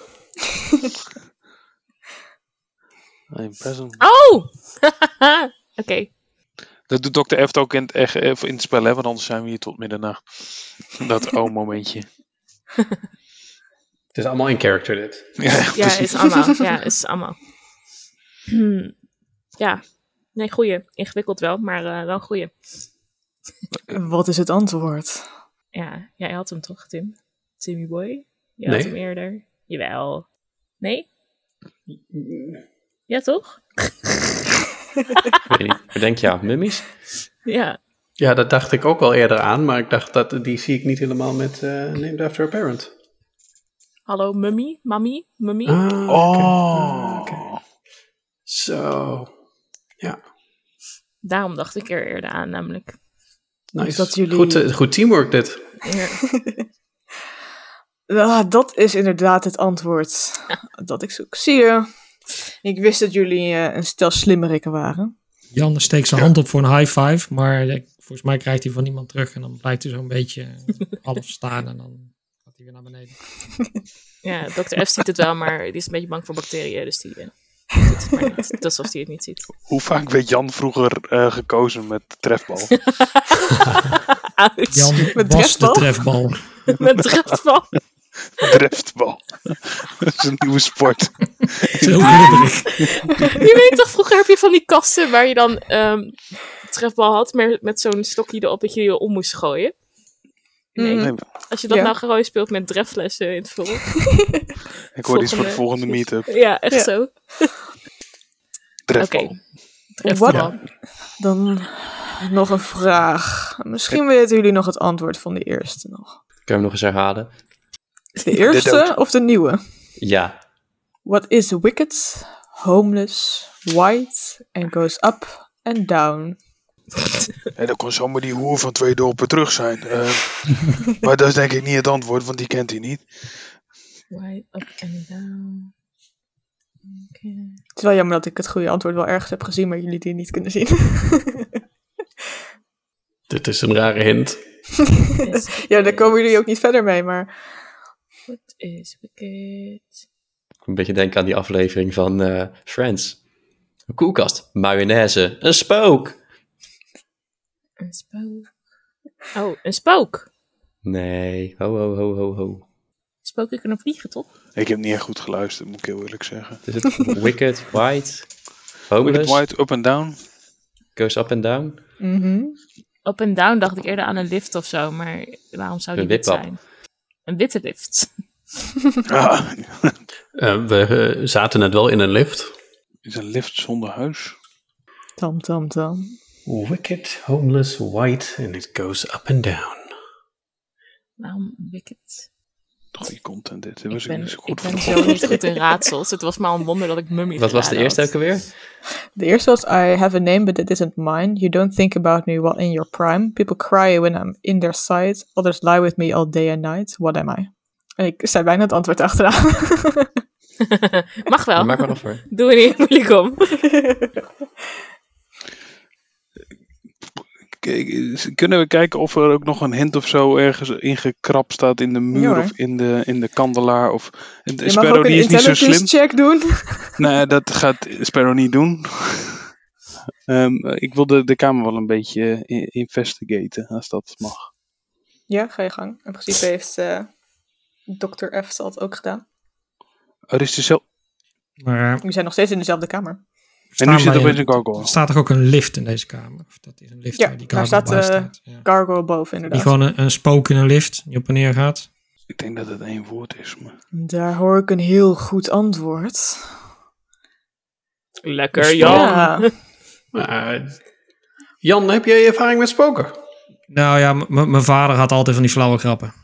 I'm present. Oh! Oké. Dat doet dokter Eft ook in het, echt, even in het spel, hè? Want anders zijn we hier tot middernacht. Dat oh-momentje. Het is allemaal in character dit. Ja, Ja, precies. is allemaal. Ja, is allemaal. Hmm. Ja. Nee, goeie. Ingewikkeld wel, maar uh, wel een goeie. Wat is het antwoord? Ja, jij had hem toch, Tim? Timmy Boy? Je Nee. had hem eerder. Jawel. Nee? Ja, toch? Ik weet niet. Ik denk ja, mummies? Ja. Ja, dat dacht ik ook wel eerder aan, maar ik dacht dat die zie ik niet helemaal met uh, Named After a Parent. Hallo, mummy? Mummy? Mummy? Ah, oké. Oh. Oké. Zo. Ja, Daarom dacht ik er eerder aan, namelijk. nice. Is dat jullie- Goed, uh, goed teamwork dit. Ja. Ah, dat is inderdaad het antwoord dat ik zoek. Zie je, ik wist dat jullie uh, een stel slimmerikken waren. Jan steekt zijn hand op voor een high five, maar eh, volgens mij krijgt hij van niemand terug en dan blijft hij zo'n beetje eh, half staan en dan gaat hij weer naar beneden. Ja, dokter F ziet het wel, maar die is een beetje bang voor bacteriën, dus die uh, ziet het maar niet. Dat is alsof hij het niet ziet. Hoe vaak werd Jan vroeger uh, gekozen met de trefbal? Ouch. Jan Met was de trefbal? trefbal. Met trefbal. Dreftbal. Dat is een nieuwe sport. Heel glibberig. Je weet toch, vroeger heb je van die kasten waar je dan um, trefbal had, maar met zo'n stokje erop dat je je om moest gooien. Nee, Mhm. Nee, als je dat Ja. nou gewoon speelt met drefflessen in het vol. ik hoor iets voor de volgende meetup. Ja, echt Ja. zo. Oké. Trefbal. Trefbal. Dan nog een vraag. Misschien weten jullie nog het antwoord van de eerste nog. Kun je hem nog eens herhalen? De eerste dood. of de nieuwe? Ja. What is wicked, homeless, white and goes up and down? En dan kon zomaar die hoer van twee dorpen terug zijn. Uh, maar dat is denk ik niet het antwoord, want die kent hij niet. Right up and down. Okay. Het is wel jammer dat ik het goede antwoord wel ergens heb gezien, maar jullie die niet kunnen zien. Dit is een rare hint. Ja, daar komen jullie ook niet verder mee, maar... What is wicked? Een beetje denken aan die aflevering van uh, Friends. Een koelkast, mayonaise, een spook. Een spook. Oh, een spook. Nee, ho, ho, ho, ho, ho. Spoken kunnen vliegen, toch? Ik heb niet echt goed geluisterd, moet ik heel eerlijk zeggen. Is het wicked, white, homeless, Wicked White, up and down. goes up and down? Mhm. Up en down dacht ik eerder aan een lift of zo, maar waarom zou die Een wit wipwap. zijn? Een witte lift. Ah, Uh, we uh, zaten net wel in een lift. is een lift zonder huis. Tam, tam, tam. Wicked, homeless, white and it goes up and down. Waarom wicked? Goeie content dit. Daar Ik was ik ben, niet zo ik goed ben voor. zo niet goed in raadsels. Het was maar een wonder dat ik Mummy Wat was de geraden eerste had. ook alweer? De eerste was, I have a name, but it isn't mine. You don't think about me while in your prime. People cry when I'm in their sight. Others lie with me all day and night. What am I? En ik zei bijna het antwoord achteraan. Mag wel. Maak maar af hoor. Doe er niet moeilijk om. Kijk, kunnen we kijken of er ook nog een hint of zo ergens ingekrapt staat in de muur Ja, hoor. of in de, in de kandelaar? Of, Je mag Sparrow ook een die is niet zo slim. intelligence check doen. Nee, dat gaat Sparrow niet doen. um, ik wil de, de kamer wel een beetje in- investigaten, als dat mag. Ja, ga je gang. In principe heeft uh, dokter F dat ook gedaan. Er is dus zelf... Maar uh, We zijn nog steeds in dezelfde kamer. En nu zit er bij opeens een er gargoyle. staat toch ook een lift in deze kamer? Of dat is een lift Ja, waar die daar gargoyle staat, bij eh, staat. Ja. Gargoyle boven, Die inderdaad. gewoon een, een spook in een lift die op en neer gaat. Ik denk dat het één woord is. Maar... Daar hoor ik een heel goed antwoord. Lekker, Jan. Ja. Uh, Jan, heb jij ervaring met spoken? Nou ja, m- m- mijn vader had altijd van die flauwe grappen.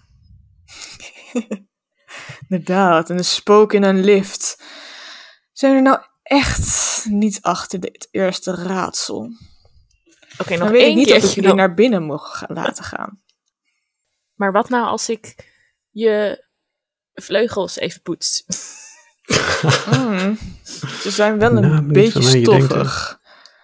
Inderdaad, een spook in een lift. Zijn we er nou echt niet achter dit eerste raadsel? Oké, nog Dan weet ik één niet keer. of ik jullie naar binnen mogen gaan laten gaan. Maar wat nou als ik je vleugels even poets? Mm. Ze zijn wel een Nou, niet beetje van mij, je denkt, stoffig.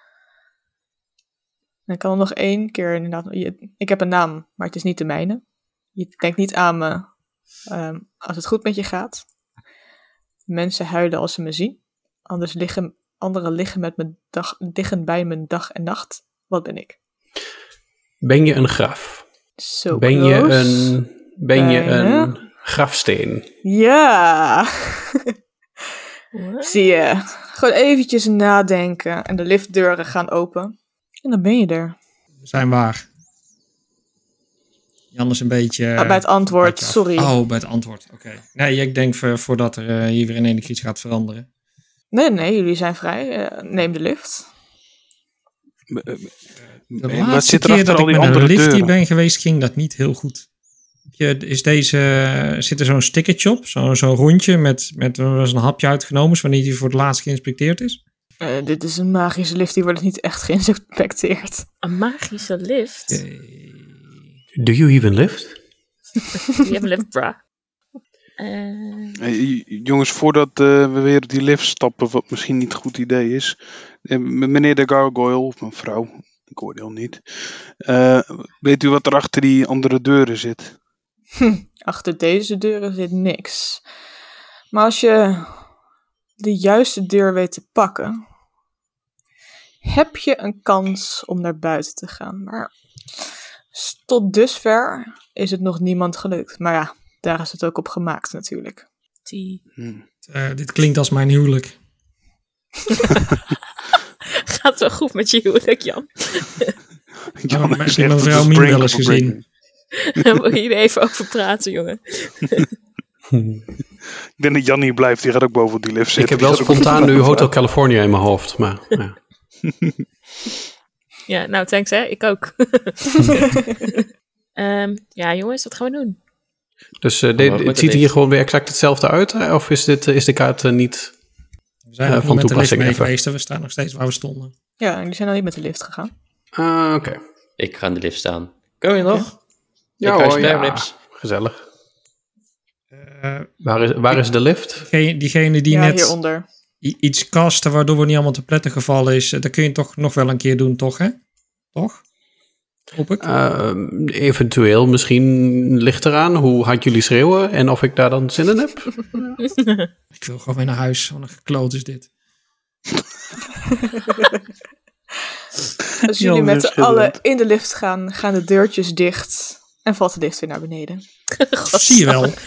Dan kan er nog één keer inderdaad... je- Ik heb een naam, maar het is niet de mijne. Je denkt niet aan me ehm, als het goed met je gaat. Mensen huilen als ze me zien. Anders liggen, anderen liggen, met mijn dag, liggen bij mijn dag en nacht. Wat ben ik? Ben je een graf? Zo Ben je close. een, ben je Bijna. een grafsteen? Ja! What? Zie je. Gewoon eventjes nadenken. En de liftdeuren gaan open. En dan ben je er. We zijn waar. Jan is een beetje... Ah, bij het antwoord, padje af. sorry. Oh, bij het antwoord, oké. Nee, ik denk voor, voordat er uh, hier weer in één keer iets gaat veranderen. Nee, nee, jullie zijn vrij. Uh, neem de lift. Uh, uh, De en wat laatste zit er keer achter dat al ik die met een andere lift hier deuren? ben geweest, ging dat niet heel goed. Je, is deze, zit er zo'n stickertje op, zo'n zo rondje met, met er was een hapje uitgenomen, wanneer die voor het laatst geïnspecteerd is? Uh, dit is een magische lift, die wordt niet echt geïnspecteerd. Een magische lift? Uh, Do you even lift? Je hebt een lift, bra. Uh, Hey, jongens, voordat uh, we weer die lift stappen, wat misschien niet een goed idee is. Uh, meneer de Gargoyle, of mevrouw, ik oordeel niet. Uh, weet u wat er achter die andere deuren zit? Hm, achter deze deuren zit niks. Maar als je de juiste deur weet te pakken, heb je een kans om naar buiten te gaan. Maar tot dusver is het nog niemand gelukt. Maar ja, daar is het ook op gemaakt natuurlijk. die... Hmm. Uh, dit klinkt als mijn huwelijk. Gaat wel goed met je huwelijk, Jan. Jan oh, heeft heb je mijn vrouw Mien wel eens gezien? Daar moet je er even over praten, jongen. Ik denk dat Jan hier blijft, die gaat ook boven die lift zitten. Ik heb wel spontaan nu Hotel California in mijn hoofd, maar ja. Ja, nou thanks hè, ik ook. um, ja jongens, wat gaan we doen? Dus uh, de, het ziet hier gewoon weer exact hetzelfde uit, hè? Of is, dit, is de kaart uh, niet We zijn uh, nog van niet met de lift toepassing? mee Even? geweest en we staan nog steeds waar we stonden. Ja, en die zijn al niet met de lift gegaan. Uh, Oké. Okay. Ik ga in de lift staan. Kom je nog? Ja, ik hoor, ja. Rips. Gezellig. Uh, waar, is, waar is de lift? Diegene, diegene die ja, net hieronder. I- iets kasten waardoor we niet allemaal te pletten gevallen is, dat kun je toch nog wel een keer doen, toch hè? Toch? Hoop ik. Uh, eventueel, misschien ligt eraan hoe hard jullie schreeuwen en of ik daar dan zin in heb. Ik wil gewoon weer naar huis. Wat een gekloot is dit. Als jullie met z'n allen in de lift gaan, gaan de deurtjes dicht en valt de lift weer naar beneden. God, zie je wel.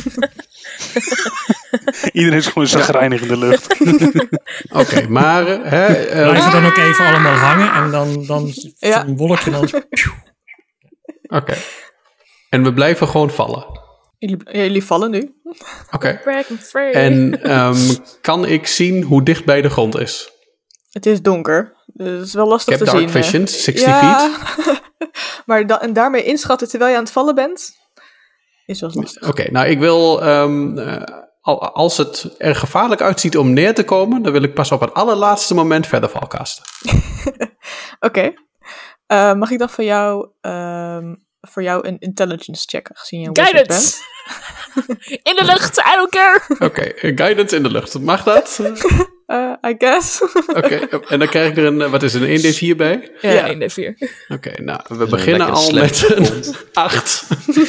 Iedereen is gewoon zagrijnig in de lucht. Oké, okay, maar... Hè, uh, blijven dan ook even allemaal hangen en dan, dan ja. zo'n wolkje dan... Oké. Okay. En we blijven gewoon vallen. Jullie, ja, jullie vallen nu. Oké. Okay. En um, kan ik zien hoe dicht bij de grond is? Het is donker, dus het is wel lastig ik te zien. zien. Ik heb dark vision, zestig ja. feet. Maar da- en daarmee inschatten terwijl je aan het vallen bent, is wel lastig. Oké, okay, nou ik wil... Um, uh, als het er gevaarlijk uitziet om neer te komen, dan wil ik pas op het allerlaatste moment verder valkasten. Oké. Okay. Uh, mag ik dan voor jou, um, voor jou een intelligence checken, gezien je een wizard bent? In de lucht, I don't care. Oké, okay, guidance in de lucht. Mag dat? Uh, I guess. Oké, okay, en dan krijg ik er een, wat is het, een één d vier bij? Ja, ja. één d vier. Oké, okay, nou, we dus beginnen al met een acht.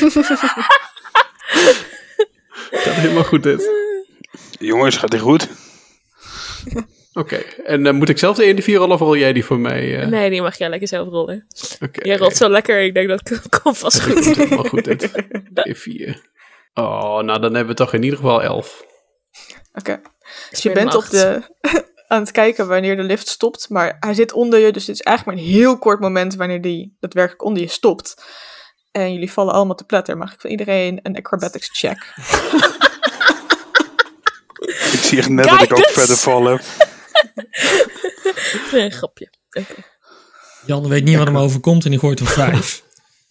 Gaat helemaal goed dit. Jongens, gaat dit goed? Oké, okay. en uh, moet ik zelf de één d vier rollen of rol jij die voor mij? Uh... Nee, die mag jij lekker zelf rollen. Okay. Jij rolt zo lekker, ik denk dat komt vast goed. Dat helemaal goed dit. D vier. Oh, nou dan hebben we toch in ieder geval elf. Oké, okay. Dus je bent op de, aan het kijken wanneer de lift stopt, maar hij zit onder je, dus het is eigenlijk maar een heel kort moment wanneer die daadwerkelijk onder je stopt. En jullie vallen allemaal te pletter. Mag ik van iedereen een acrobatics check? Ik zie echt net dat ik ook verder vallen. Nee, een grapje. Okay. Jan weet niet wat hem overkomt en die gooit een vijf.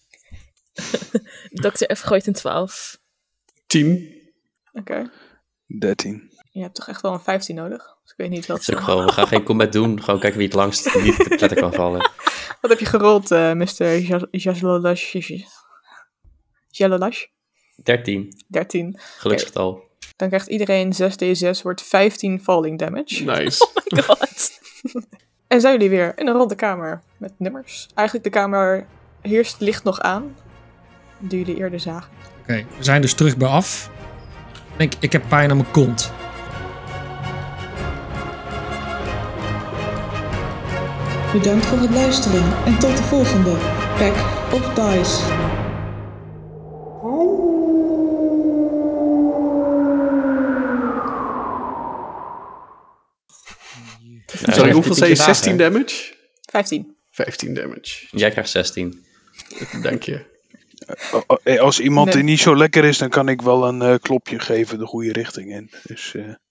dokter F gooit een twaalf. tien. Oké. Okay. dertien. Je hebt toch echt wel een vijftien nodig? Dus ik weet niet wat... Dat is ook gewoon, we gaan geen combat doen. Gewoon kijken wie het langst niet te pletter kan vallen. Wat heb je gerold, uh, mister Jazlolash? Jazlolash? dertien. dertien. Geluksgetal. Okay. Dan krijgt iedereen zes d zes, wordt vijftien falling damage. Nice. Oh my god. En zijn jullie weer in een ronde kamer met nummers. Eigenlijk de kamer heerst licht nog aan. Die jullie eerder zagen. Oké, okay, we zijn dus terug bij af. Ik, ik heb pijn aan mijn kont. Bedankt voor het luisteren en tot de volgende Pack of Dice. Nou, sorry, hoeveel zei je? zestien damage? vijftien. vijftien damage. Jij krijgt zestien. Dank je. Uh, als iemand nee. die niet zo lekker is, dan kan ik wel een uh, klopje geven de goede richting in. Dus, uh...